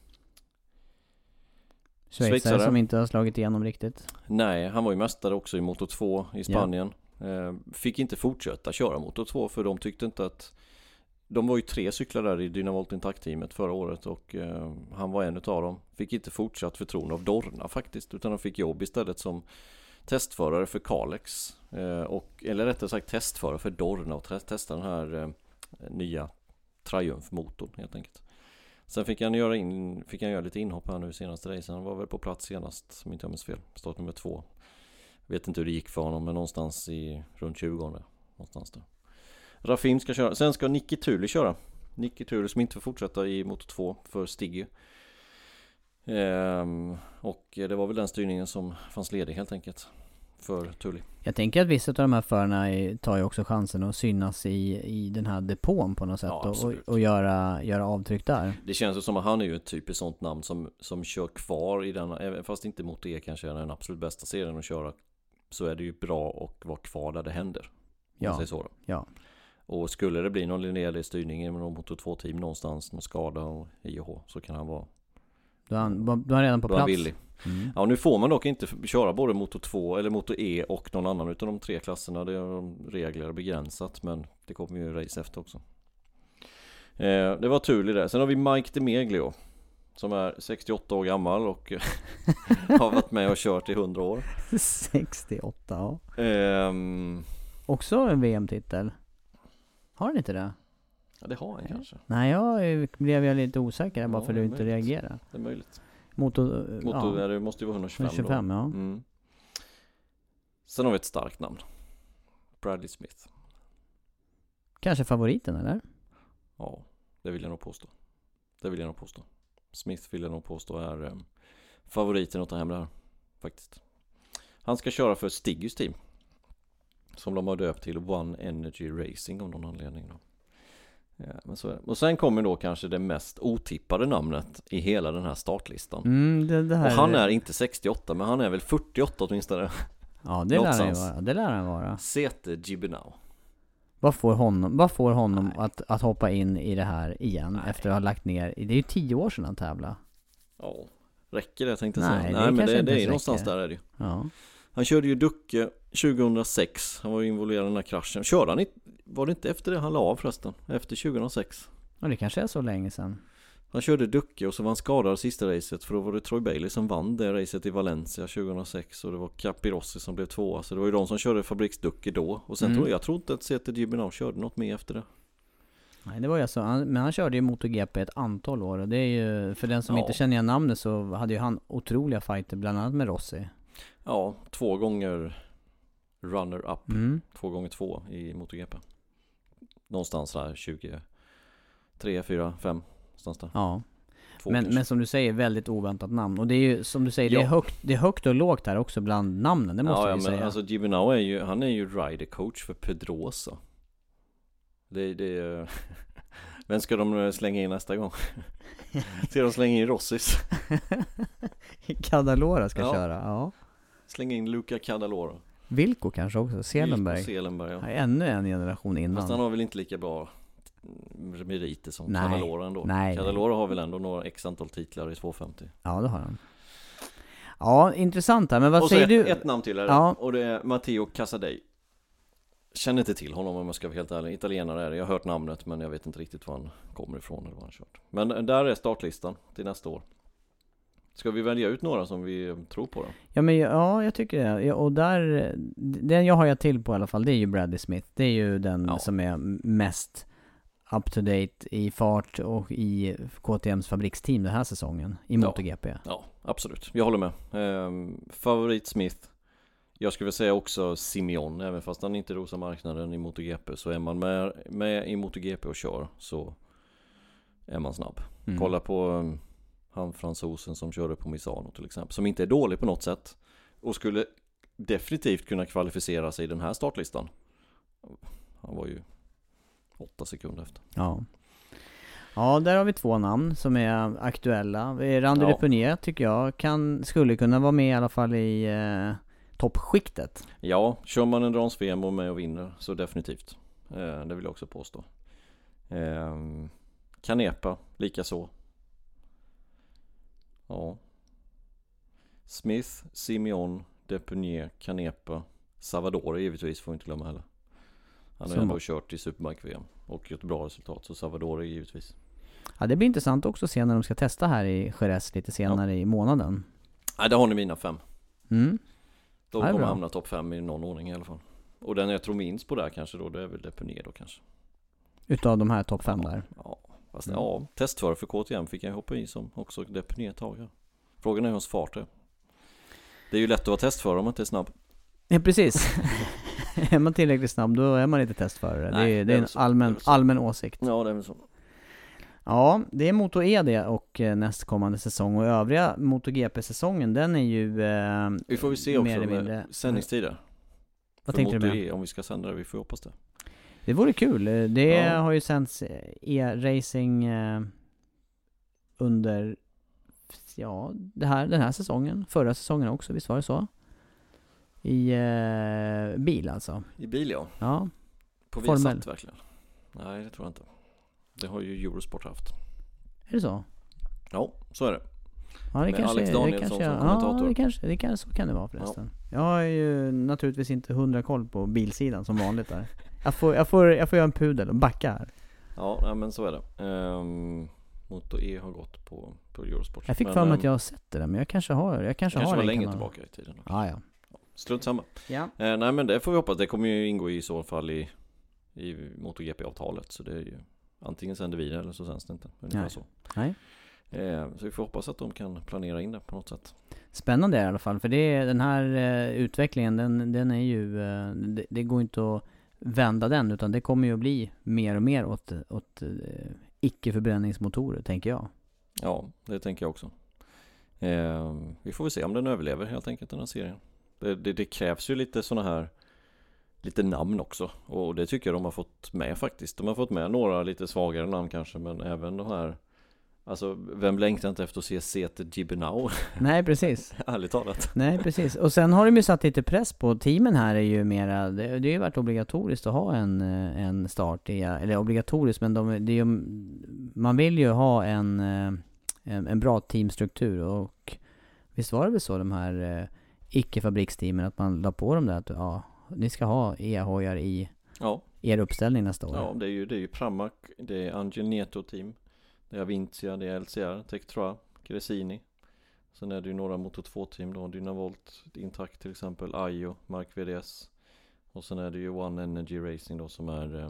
Schweizare som inte har slagit igenom riktigt. Nej, han var ju mästare också i Moto två i Spanien. Ja. Uh, fick inte fortsätta köra Moto två för de tyckte inte att... De var ju tre cyklar där i Dynavolt Intact-teamet förra året och uh, han var en utav dem. Fick inte fortsatt förtroende av Dorna faktiskt, utan han fick jobb istället som testförare för Kalex. Uh, och, eller rättare sagt testförare för Dorna och testa den här uh, nya Triumph-motorn helt enkelt. Sen fick han göra, in, fick han göra lite inhopp här nu senaste racen. Han var väl på plats senast, som inte jag minns fel. Start nummer två. Vet inte hur det gick för honom, men någonstans i runt tjugo. Någonstans där. Raffin ska köra. Sen ska Niki Thuli köra. Niki Thuli som inte får fortsätta i Moto två för Stiggy. Ehm, och det var väl den styrningen som fanns ledig helt enkelt för Thuli. Jag tänker att vissa av de här förarna tar ju också chansen att synas i, i den här depån på något sätt. Ja, och, och göra, göra avtryck där. Det känns ju som att han är ju ett typiskt sånt namn som, som kör kvar i den, fast inte Moto E kanske är den absolut bästa serien att köra, så är det ju bra att vara kvar där det händer. Ja, så då. ja. Och skulle det bli någon linjerlig styrning i någon Moto två-team någonstans, någon skada och I H, så kan han vara... Då är han, då är han redan på plats. Villig. Mm. Ja, nu får man dock inte köra både Moto två eller Moto E och någon annan utav de tre klasserna. Det är de regler begränsat, men det kommer ju race efter också. Eh, det var tur i det. Sen har vi Mike DeMeglio som är sextioåtta år gammal och har varit med och kört i hundra år. sextioåtta, ja. Eh, också en V M-titel. Har han inte det? Ja, det har han kanske. Nej, jag blev jag lite osäker bara ja, för att du inte reagerar. Det är möjligt. Motor, Motor ja. Det måste ju vara hundratjugofem, hundratjugofem då. Ja. Mm. Sen har vi ett starkt namn. Bradley Smith. Kanske favoriten, eller? Ja, det vill jag nog påstå. Det vill jag nog påstå. Smith vill jag nog påstå är um, favoriten att ta hem det här. Faktiskt. Han ska köra för Stiggys team. Som de har döpt till One Energy Racing av någon anledning då. Ja, men så är det. Och sen kommer då kanske det mest otippade namnet i hela den här startlistan. Mm, det, det här och han är inte sextioåtta, men han är väl fyrtioåtta åtminstone. Ja, det lär han vara. Det lär han vara. Sete Gibernau. Vad får honom, vad får honom att, att hoppa in i det här igen? Nej. Efter att ha lagt ner? Det är ju tio år sedan han tävlade. Ja, räcker det tänkte jag säga. Nej, Nej, det men det, det är räcker. någonstans där är det ju. Ja. Han körde ju Ducke tjugohundrasex. Han var involverad i den här kraschen. Körde han inte, var det inte efter det han la av förresten? Efter tjugohundrasex. Ja, det kanske är så länge sedan. Han körde Ducke och så var han skadad sista racet. För då var det Troy Bailey som vann det racet i Valencia tjugohundrasex. Och det var Capirossi som blev tvåa. Så det var ju de som körde fabriksducke då. Och sen mm. tror jag, jag tror inte att Sete Gibernau körde något mer efter det. Nej, det var ju så. Han, men han körde ju MotoGP ett antal år. Och det är ju, för den som Ja. inte känner igen namnet så hade ju han otroliga fighter, bland annat med Rossi. Ja, två gånger runner-up. Mm. Två gånger två i MotoGP. Någonstans där tjugo, tre, fyra, fem. Någonstans där. Ja. Två Men, kanske. men som du säger, väldigt oväntat namn. Och det är ju, som du säger, det, är Ja. högt, det är högt och lågt här också bland namnen. Det måste ja, vi ja, men säga. alltså Gibernau är ju, han är ju rider coach för Pedrosa. Det, det är... Vem ska de slänga in nästa gång? Ska de slänga in Rossis? Cadalora ska Ja. köra, ja. Slänga in Luca Cadalora. Vilko kanske också, Selenberg. Vilko Selenberg, ja. Ja, ännu en generation innan. Fast han har väl inte lika bra meriter som Nej. Cadalora ändå. Nej, Cadalora har väl ändå några x antal titlar i tvåhundrafemtio. Ja, det har han. Ja, intressant här. Men vad Och så säger ett, du? ett namn till är det. Ja. Och det är Matteo Casadei. Känner inte till honom om jag ska vara helt ärlig. Italienare är det. Jag har hört namnet men jag vet inte riktigt var han kommer ifrån eller vad han kört. Men där är startlistan till nästa år. Ska vi välja ut några som vi tror på då? Ja, men ja, jag tycker det. Ja, och där, den jag har jag till på i alla fall, det är ju Bradley Smith. Det är ju den Ja. som är mest up to date i fart och i K T M:s fabriksteam den här säsongen i MotoGP. Ja, absolut. Jag håller med. Ehm, favorit Smith. Jag skulle väl säga också Simeon. Även fast han inte rosar marknaden i MotoGP, så är man med, med i MotoGP och kör så är man snabb. Mm. Kolla på um, han fransosen som körde på Misano till exempel, som inte är dålig på något sätt och skulle definitivt kunna kvalificera sig i den här startlistan. Han var ju åtta sekunder efter. Ja. Ja, där har vi två namn som är aktuella. Randy Ja. Depunier tycker jag kan, skulle kunna vara med i alla fall i eh, toppskiktet. Ja, kör man en Drans-V M och med och vinner så definitivt. Eh, det vill jag också påstå. Eh, Canepa, lika så. Ja. Smith, Simeon, Depunier, Canepa, Savadori givetvis får vi inte glömma heller. Han har Som- ändå kört i Superbike-V M och gjort bra resultat, så Savadori givetvis. Ja, det blir intressant också att se när de ska testa här i Jerez lite senare i månaden. Nej, där har ni mina fem. Mm. De Ja, det är kommer bra. hamna topp fem i någon ordning i alla fall. Och den jag tror minst på där kanske då, det är väl Depunier då kanske. Utav de här topp fem där. Ja, fast Mm. ja, testförare för K T M fick jag hoppa i som också Depunier ett tag. Ja. Frågan är hur hans fart är. Det är ju lätt att vara testförare om man inte är snabb. Ja, precis. Är man tillräckligt snabb då är man inte testförare. Nej, det är, det det är är en väl så. allmän, Det är väl så. allmän åsikt. Ja, det är väl så. Ja, det är Moto E det och eh, nästkommande säsong. Och övriga MotoGP-säsongen, den är ju eh, Vi får vi se också mer eller med mindre. sändningstider. Vad För tänkte du Moto med? E, om vi ska sända det, vi får hoppas det. Det vore kul. Det Ja. har ju sänds eh, e-racing eh, under ja, det här, den här säsongen. Förra säsongen också, visst var det så? I eh, bil alltså. I bil, ja. Ja, På Formel. Viasat verkligen. Nej, det tror jag inte. Det har ju Eurosport haft. är det så? Ja, så är det. Ja, det Med kanske, Alex det Danielsson kanske, som ja, kommentator. det kanske, det kanske, så kan det vara förresten. Jag har ju naturligtvis inte hundra koll på bilsidan som vanligt där. Jag får, jag får, jag får göra en pudel och backa här. Ja, nej, men så är det. Um, Moto E har gått på, på Eurosport. Jag fick Men, för mig att ehm, jag har sett det där, men jag kanske har, jag kanske, kanske har var den länge kanalen. tillbaka i tiden. Ja, ja. Strunt samma. Ja. Eh, nej, men det får vi hoppas. Det kommer ju ingå i så fall i, i MotoGP-avtalet. Så det är ju antingen sänder vi det eller så sänds det inte. Ungefär Nej. så. Nej. Eh, så vi får hoppas att de kan planera in det på något sätt. Spännande är det i alla fall, för det är, den här eh, utvecklingen, den, den är ju, eh, det, det går inte att vända den, utan det kommer ju att bli mer och mer åt, åt eh, icke-förbränningsmotorer, tänker jag. Ja, det tänker jag också. Eh, vi får väl se om den överlever helt enkelt, den här serien. Det, det, det krävs ju lite såna här lite namn också. Och det tycker jag de har fått med faktiskt. De har fått med några lite svagare namn kanske, men även de här. Alltså, vem längtar inte efter att se Sete Gibernau? Nej, precis. Ärligt talat. Nej, precis. Och sen har de ju satt lite press på teamen här, är ju mera, det, det har ju varit obligatoriskt att ha en, eh, en start i, eller obligatoriskt, men de, det är ju, man vill ju ha en, eh, en, en bra teamstruktur, och visst var det väl så de här eh, icke-fabriksteamen, att man la på dem där att ja, ni ska ha e-hojar i Ja. er uppställning nästa år. Ja, det är ju, det är ju Pramac, det är Angel Neto team, det är Avintia, det är L C R, Tektra, Gresini. Sen är det ju några Moto två team då, Dynavolt, Intact till exempel, Ajo, Mark V D S. Och sen är det ju One Energy Racing då som är eh,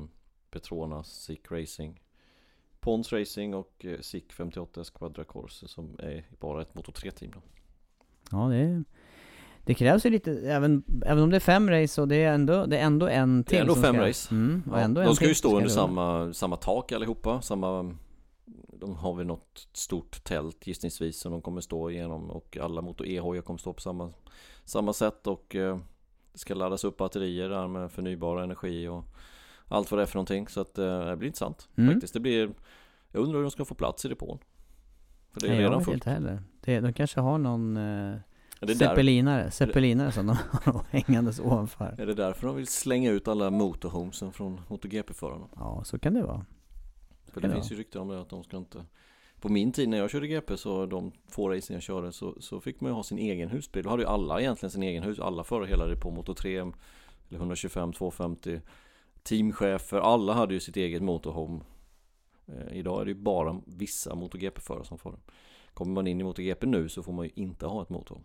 Petronas, Sick Racing, Pons Racing och eh, Sick femtioåtta Squadra Corse som är bara ett Moto tre-team då. Ja, det är... Det krävs ju lite, även, även om det är fem race och det är ändå, det är ändå en till. Det är ändå som fem ska, race. Mm, och ja, ändå de en ska ju till stå ska under det samma, samma tak allihopa. Samma, de har väl något stort tält gissningsvis som de kommer stå igenom. Och alla Moto E-hojar kommer stå på samma, samma sätt. Och eh, det ska laddas upp batterier där med förnybar energi och allt vad det är för någonting. Så att eh, det blir intressant Mm. faktiskt. Det blir, jag undrar hur de ska få plats i depån. För det är Nej, jag redan vet fullt. inte heller. Det, de kanske har någon... Eh... Det är Zeppelinare, zeppelinare som de har hängandes ovanför. Är det därför de vill slänga ut alla motorhomesen från MotoGP-förarna? Ja, så kan det vara. För det Ja. finns ju rykten om det att de ska inte... På min tid när jag körde G P så de få racen jag körde så, så fick man ju ha sin egen husbil. Då hade ju alla egentligen sin egen hus. Alla förare hela det på Moto tre eller etthundratjugofem, tvåhundrafemtio. Teamchefer, alla hade ju sitt eget motorhome. Eh, idag är det ju bara vissa MotoGP-förare som får det. Kommer man in i MotoGP nu så får man ju inte ha ett motorhome.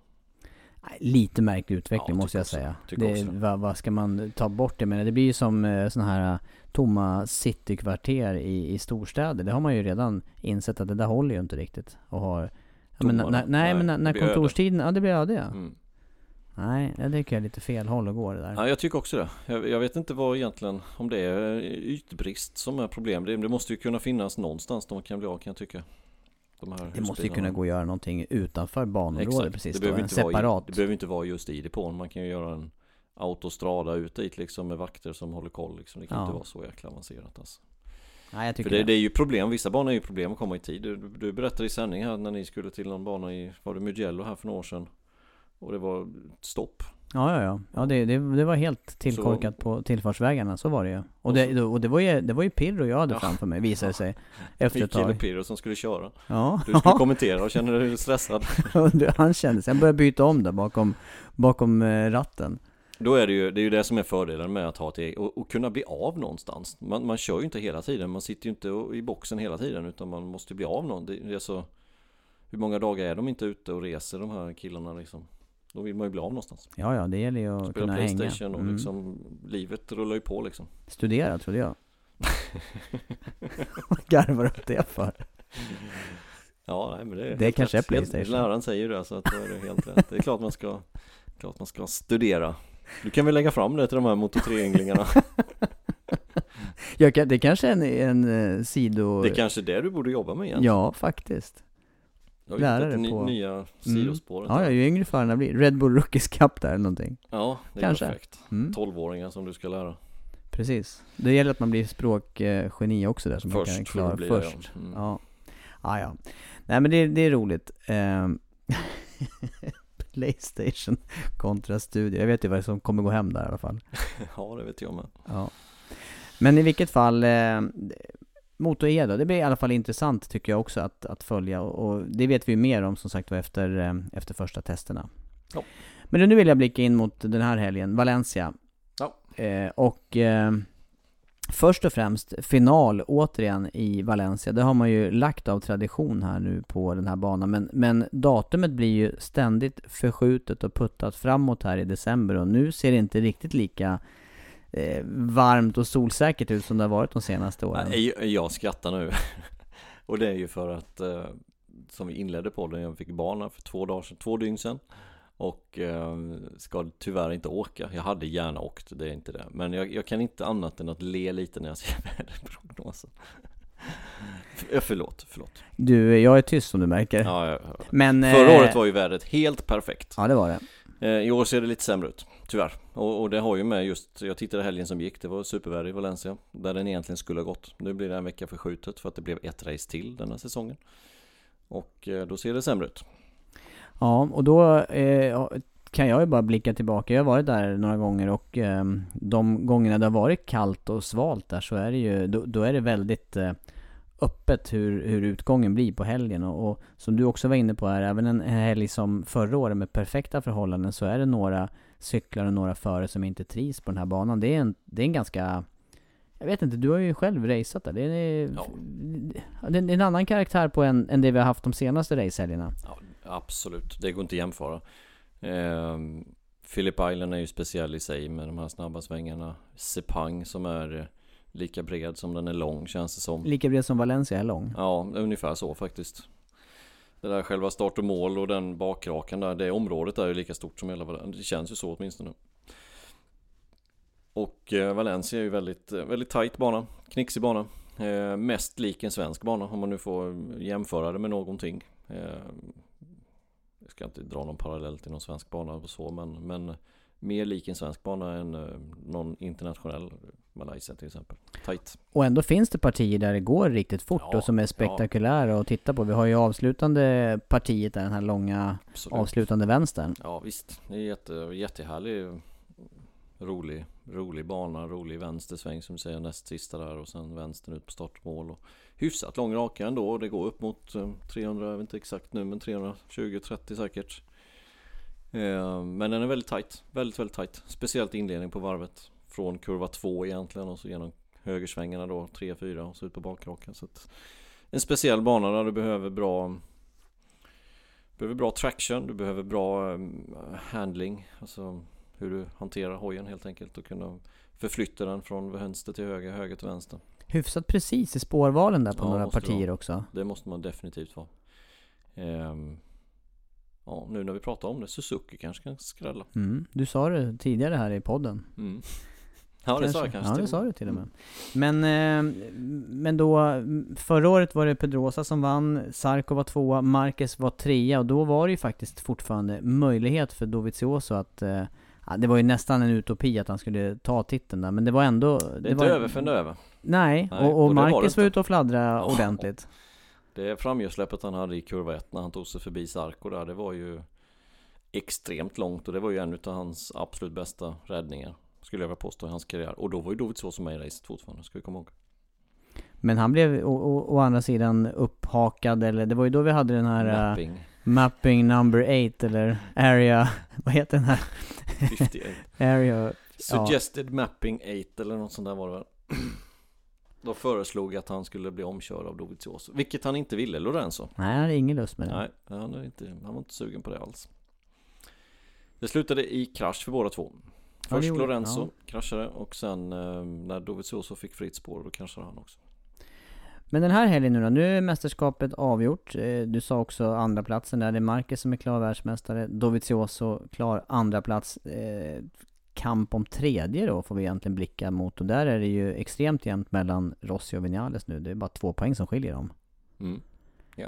Lite märklig utveckling Ja, måste jag också. säga. Tycker Det, också. vad, vad ska man ta bort det med? Det blir ju som eh, såna här eh, tomma citykvarter i, i storstäder. Det har man ju redan insett att det där håller ju inte riktigt. Och har, ja, men, Tomma, när, nej, men när, det när blir öde. kontorstiden, ja det blir öde ja. Mm. Nej, det tycker jag är lite fel håll att gå det där. Ja, jag tycker också det. Jag, jag vet inte vad egentligen, om det är ytbrist som är problem. Det, det måste ju kunna finnas någonstans de kan bli av, kan jag tycka. De här Det måste ju husbilarna. kunna gå att göra någonting utanför banområdet. Exakt. Precis Det då, behöver, en inte vara separat. i, det behöver inte vara just i depån. Man kan ju göra en autostrada ut dit liksom med vakter som håller koll liksom. Det kan Ja. inte vara så jäkla avancerat alltså. Nej, jag tycker För det, det. det är ju problem, vissa banor är ju problem att komma i tid. Du, du berättade i sändning här när ni skulle till någon bana i, var det Mugello här för några år sedan. Och det var stopp. Ja, ja, ja. ja det, det, det var helt tillkorkat Så- på tillfartsvägarna, så var det ju. Och, Och det, och det var ju, det var ju Pirro jag hade Ja. framför mig, visade sig efter ett Mikael tag. Pirro som skulle köra. Ja, Du skulle kommentera och känner dig stressad. han kände sig, han började byta om där bakom, bakom eh, ratten. Då är det ju det, är ju det som är fördelen med att ha ett eget, och, och kunna bli av någonstans. Man, man kör ju inte hela tiden, man sitter ju inte i boxen hela tiden, utan man måste bli av någon. Det, det är så, hur många dagar är de inte ute och reser, de här killarna liksom? Då vill man ju bli av någonstans. Ja, ja, det gäller ju att Spela kunna hänga. PlayStation och Mm. liksom, livet rullar ju på liksom. Studera, trodde jag. Vad garvar du åt det för? Ja, nej, men det är Det helt kanske är rätt. Helt- PlayStation. Läraren säger det, så att då är det helt rätt. Det är klart man ska, klart man ska studera. Du kan väl lägga fram det till de här Moto tre-ynglingarna. Jag kan, det kanske är en, en eh, sido... Det är kanske det du borde jobba med igen. Ja, faktiskt. Jag har lärare hittat ny, på- nya sidospåret. Ja, där. ja, ju yngre förarna blir. Red Bull Rookies Cup där eller någonting. Ja, det är Kanske. perfekt. Mm. tolvåringar som du ska lära. Precis. Det gäller att man blir språkgeni också där, som man Först kan får klara du bli det, först. ja. Mm. Ja. Ja, ja. Nej, men det, det är roligt. Ehm, PlayStation kontra studio. Jag vet ju vad som kommer gå hem där i alla fall. Ja, det vet jag med. Ja. Men i vilket fall, eh, Moto E då, det blir i alla fall intressant tycker jag också att, att följa. Och, och det vet vi ju mer om som sagt var efter, eh, efter första testerna. Ja. Men nu vill jag blicka in mot den här helgen, Valencia. Ja. Eh, och eh, först och främst final återigen i Valencia. Det har man ju lagt av tradition här nu på den här banan. Men, men datumet blir ju ständigt förskjutet och puttat framåt här i december. Och nu ser det inte riktigt lika eh, varmt och solsäkert ut som det har varit de senaste åren. Nej, jag, jag skrattar nu. Och det är ju för att, eh, som vi inledde på den, jag fick barn här för två dagar sedan, två dygn sedan. Och eh, ska tyvärr inte åka. Jag hade gärna åkt, det är inte det. Men jag, jag kan inte annat än att le lite när jag ser väderprognosen. F- förlåt, förlåt. Du, jag är tyst som du märker. Ja, jag, Men, förra eh, året var ju vädret helt perfekt. Ja, det var det. Eh, I år ser det lite sämre ut, tyvärr. Och, och det har ju med just, jag tittade helgen som gick, det var superväder i Valencia, där den egentligen skulle ha gått. Nu blir det en vecka förskjutet för att det blev ett race till denna säsongen. Och eh, då ser det sämre ut. Ja, och då eh, kan jag ju bara blicka tillbaka. Jag har varit där några gånger och eh, de gångerna det har varit kallt och svalt där så är det ju, då, då är det väldigt eh, öppet hur, hur utgången blir på helgen. Och, och som du också var inne på här, även en helg som förra året med perfekta förhållanden så är det några cyklar och några förare som inte trivs på den här banan. Det är en, det är en ganska... Jag vet inte, du har ju själv raceat där. Det är, Ja. det är en annan karaktär på en, än det vi har haft de senaste racehelgerna. Ja, absolut, det går inte att jämföra. eh, Phillip Island är ju speciell i sig med de här snabba svängarna. Sepang som är lika bred som den är lång, känns det som. Lika bred som Valencia är lång? Ja, ungefär så faktiskt. Det där själva start och mål och den bakrakan där, det området är ju lika stort som hela Valencia. Det känns ju så åtminstone. Och eh, Valencia är ju väldigt, väldigt tajt bana, knixig bana. Eh, mest lik en svensk bana om man nu får jämföra det med någonting. Eh, jag ska inte dra någon parallell till någon svensk bana och så, men, men mer lik en svensk bana än eh, någon internationell Malaysia till exempel. Tight. Och ändå finns det partier där det går riktigt fort ja, och som är spektakulära ja. att titta på. Vi har ju avslutande partiet där, den här långa Absolut. avslutande vänstern. Ja visst, det är jätte, jättehärlig, rolig, rolig bana, rolig vänstersväng som du säger, näst sista där och sen vänstern ut på startmål och hyfsat lång raka ändå och det går upp mot eh, trehundra, jag vet inte exakt nu, men trehundratjugo trettio säkert. Eh, men den är väldigt tight, väldigt väldigt tight, speciellt inledning på varvet från kurva två egentligen och så genom högersvängarna då tre fyra och så ut på bakrakan. Så att en speciell bana där du behöver bra behöver bra traction, du behöver bra um, handling, alltså hur du hanterar hojen helt enkelt och kunna förflytta den från vänster till höger, höger till vänster. Hyfsat precis i spårvalen där på ja, några partier också. Det måste man definitivt vara. Ehm, ja, nu när vi pratar om det, Suzuki kanske kan skrälla. Mm, du sa det tidigare här i podden. Mm. Ja, det sa jag kanske. Ja, det sa du till och med. Men, eh, men då, förra året var det Pedrosa som vann, Zarco var tvåa, Marquez var trea och då var det ju faktiskt fortfarande möjlighet för Dovizioso att, eh, ja, det var ju nästan en utopi att han skulle ta titeln där, men det var ändå... Det, det är var, inte över för en över. Nej, Nej och, och, och Marquez var, var ute och fladdra oh. ordentligt. Det framgörsläppet han hade i kurva ett när han tog sig förbi Zarco där, det var ju extremt långt och det var ju en av hans absolut bästa räddningar. Skulle jag vilja påstå i hans karriär. Och då var ju Dovizioso med i racet fortfarande, ska vi komma ihåg. Men han blev å, å, å andra sidan upphakad, eller det var ju då vi hade den här mapping, uh, mapping number eight eller area, vad heter den här? femtioåtta area, Suggested ja. mapping eight eller något sånt där var det väl. Då föreslog att han skulle bli omkörd av Dovizioso, vilket han inte ville, Lorenzo. Nej, han hade ingen lust med det. Nej, han, är inte, han var inte sugen på det alls. Det slutade i krasch för båda två. Först ja, Lorenzo ja. kraschade och sen eh, när Dovizioso fick fritt spår då kraschade han också. Men den här helgen nu då, nu är mästerskapet avgjort. Eh, du sa också andra platsen där, det är Marquez som är klar världsmästare, Dovizioso klar andra plats. Eh, kamp om tredje då får vi egentligen blicka mot och där är det ju extremt jämnt mellan Rossi och Vinales nu. Det är bara två poäng som skiljer dem. Mm. Ja.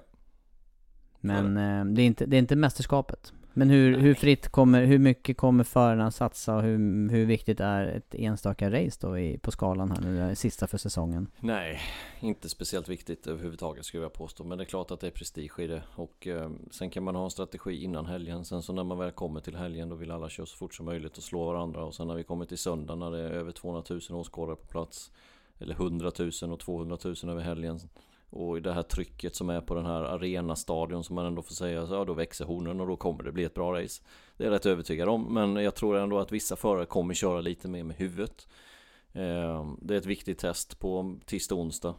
Men eh, det är inte det är inte mästerskapet. Men hur, hur fritt kommer, hur mycket kommer förarna satsa och hur, hur viktigt är ett enstaka race då i, på skalan här nu, det sista för säsongen? Nej, inte speciellt viktigt överhuvudtaget skulle jag påstå, men det är klart att det är prestige i det och eh, sen kan man ha en strategi innan helgen, sen så när man väl kommer till helgen då vill alla köra så fort som möjligt och slå varandra och sen när vi kommer till söndag när det är över tvåhundratusen åskådare på plats eller hundratusen och tvåhundratusen över helgen och i det här trycket som är på den här arenastadion som man ändå får säga så ja, då växer hornen och då kommer det bli ett bra race. Det är jag rätt övertygad om, men jag tror ändå att vissa förare kommer köra lite mer med huvudet. Eh, det är ett viktigt test på tisdag och onsdag.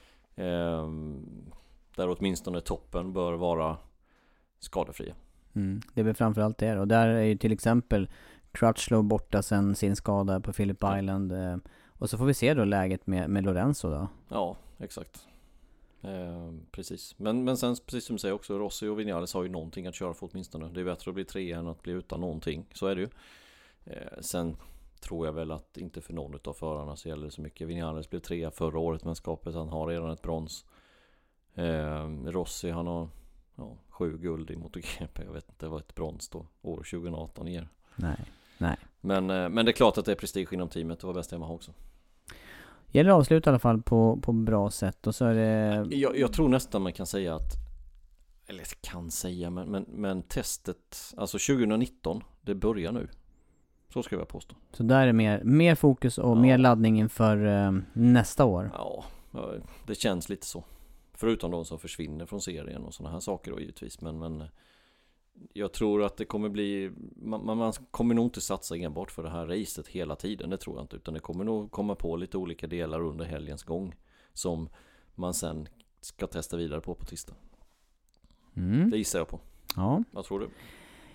Eh, där åtminstone toppen bör vara skadefria. Mm, det är väl framförallt det och där är ju till exempel Crutchlow borta sen sin skada på Phillip Island eh, och så får vi se då läget med, med Lorenzo då. Ja, exakt. Eh, precis. Men, men sen precis som du säger också, Rossi och Vinales har ju någonting att köra för åtminstone. Det är bättre att bli tre än att bli utan någonting. Så är det ju. Eh, sen tror jag väl att inte för någon av förarna så gäller det så mycket. Vinales blev trea förra året med skapet. Han har redan ett brons. Eh, Rossi han har ja, sju guld i MotoGP. Jag vet inte vad ett brons då år tjugo arton ger. Nej, nej. Men, eh, men det är klart att det är prestige inom teamet. Det var bäst hemma också. Gäller att avsluta i alla fall på, på bra sätt och så är det... Jag, jag tror nästan man kan säga att eller kan säga men, men, men testet alltså tjugonitton det börjar nu. Så ska jag påstå. Så där är mer, mer fokus och ja. mer laddning inför eh, nästa år. Ja, det känns lite så. Förutom de som försvinner från serien och sådana här saker då givetvis men, men jag tror att det kommer bli man, man kommer nog inte satsa enbart för det här racet hela tiden, det tror jag inte, utan det kommer nog komma på lite olika delar under helgens gång som man sen ska testa vidare på på tisdag. Mm. Det gissar jag på. Ja. Vad tror du?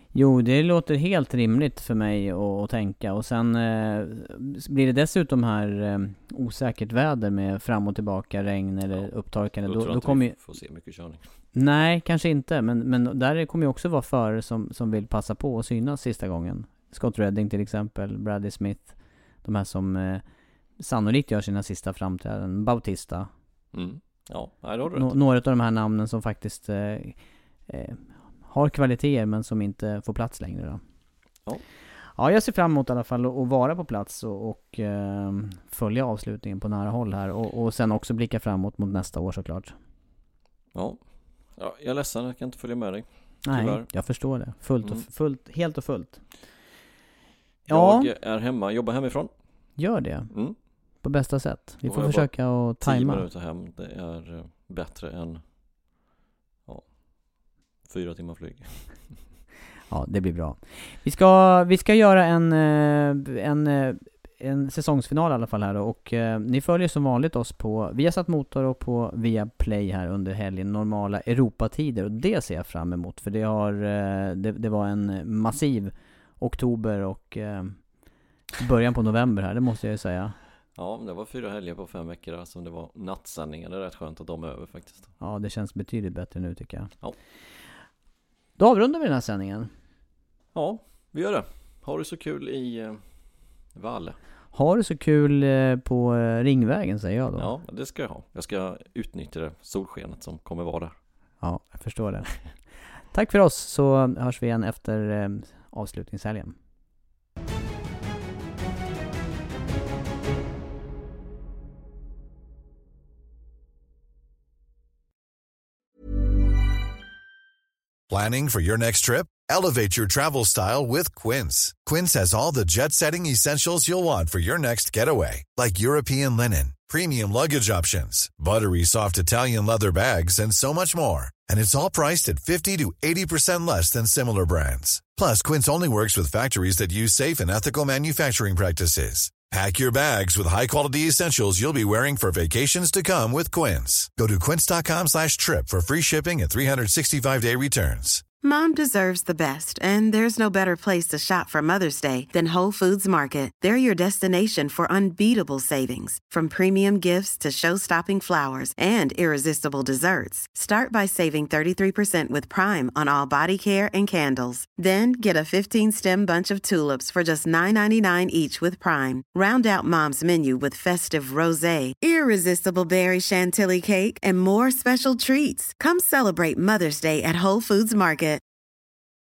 Jo, det låter helt rimligt för mig att, att tänka. Och sen eh, blir det dessutom här eh, osäkert väder med fram och tillbaka, regn eller ja, upptorkande. Då, då, tror då kommer ju... får se mycket körning. Nej, kanske inte. Men, men där kommer ju också vara förare som, som vill passa på att synas sista gången. Scott Redding till exempel, Bradley Smith. De här som eh, sannolikt gör sina sista framträdanden. Bautista. Mm. Ja, nej, då har du Nå- rätt. några av de här namnen som faktiskt eh, eh, har kvaliteter men som inte får plats längre då. Ja. Ja, jag ser fram emot i alla fall att vara på plats och, och eh, följa avslutningen på nära håll här. Och, och sen också blicka framåt mot nästa år såklart. Ja. Ja, jag är ledsen, jag kan inte följa med dig. Nej, Tyvärr. jag förstår det. Fullt och Mm. fullt, helt och fullt. Ja, Jag är hemma, jobbar hemifrån. gör det. Mm. På bästa sätt. Vi Då får har jag försöka att Tio tajma. minuter hem, det är eh, bättre än ja, fyra timmar flyg. Ja, det blir bra. Vi ska, vi ska göra en, eh, en, eh, en säsongsfinal i alla fall här då. Och eh, ni följer som vanligt oss på Viasat Motor och på Viaplay här under helgen. Normala Europatider. Och det ser jag fram emot. För det, har, eh, det, det var en massiv oktober och eh, början på november här. Det måste jag ju säga. Ja, men det var fyra helger på fem veckor. Alltså det var nattsändningar. Det är rätt skönt att de är över faktiskt. Ja, det känns betydligt bättre nu tycker jag. Ja. Då avrundar vi den här sändningen. Ja, vi gör det. Har du så kul i eh, Valle? Har du så kul eh, på eh, Ringvägen, säger jag då. Ja, det ska jag ha. Jag ska utnyttja det solskenet som kommer vara där. Ja, jag förstår det. Tack för oss, så hörs vi igen efter eh, avslutningshelgen. Planning for your next trip? Elevate your travel style with Quince. Quince has all the jet-setting essentials you'll want for your next getaway, like European linen, premium luggage options, buttery soft Italian leather bags, and so much more. And it's all priced at fifty to eighty percent less than similar brands. Plus, Quince only works with factories that use safe and ethical manufacturing practices. Pack your bags with high-quality essentials you'll be wearing for vacations to come with Quince. Go to quince.com slash trip for free shipping and three sixty-five day returns. Mom deserves the best, and there's no better place to shop for Mother's Day than Whole Foods Market. They're your destination for unbeatable savings, from premium gifts to show-stopping flowers and irresistible desserts. Start by saving thirty-three percent with Prime on all body care and candles. Then get a fifteen-stem bunch of tulips for just nine ninety-nine each with Prime. Round out Mom's menu with festive rosé, irresistible berry chantilly cake, and more special treats. Come celebrate Mother's Day at Whole Foods Market.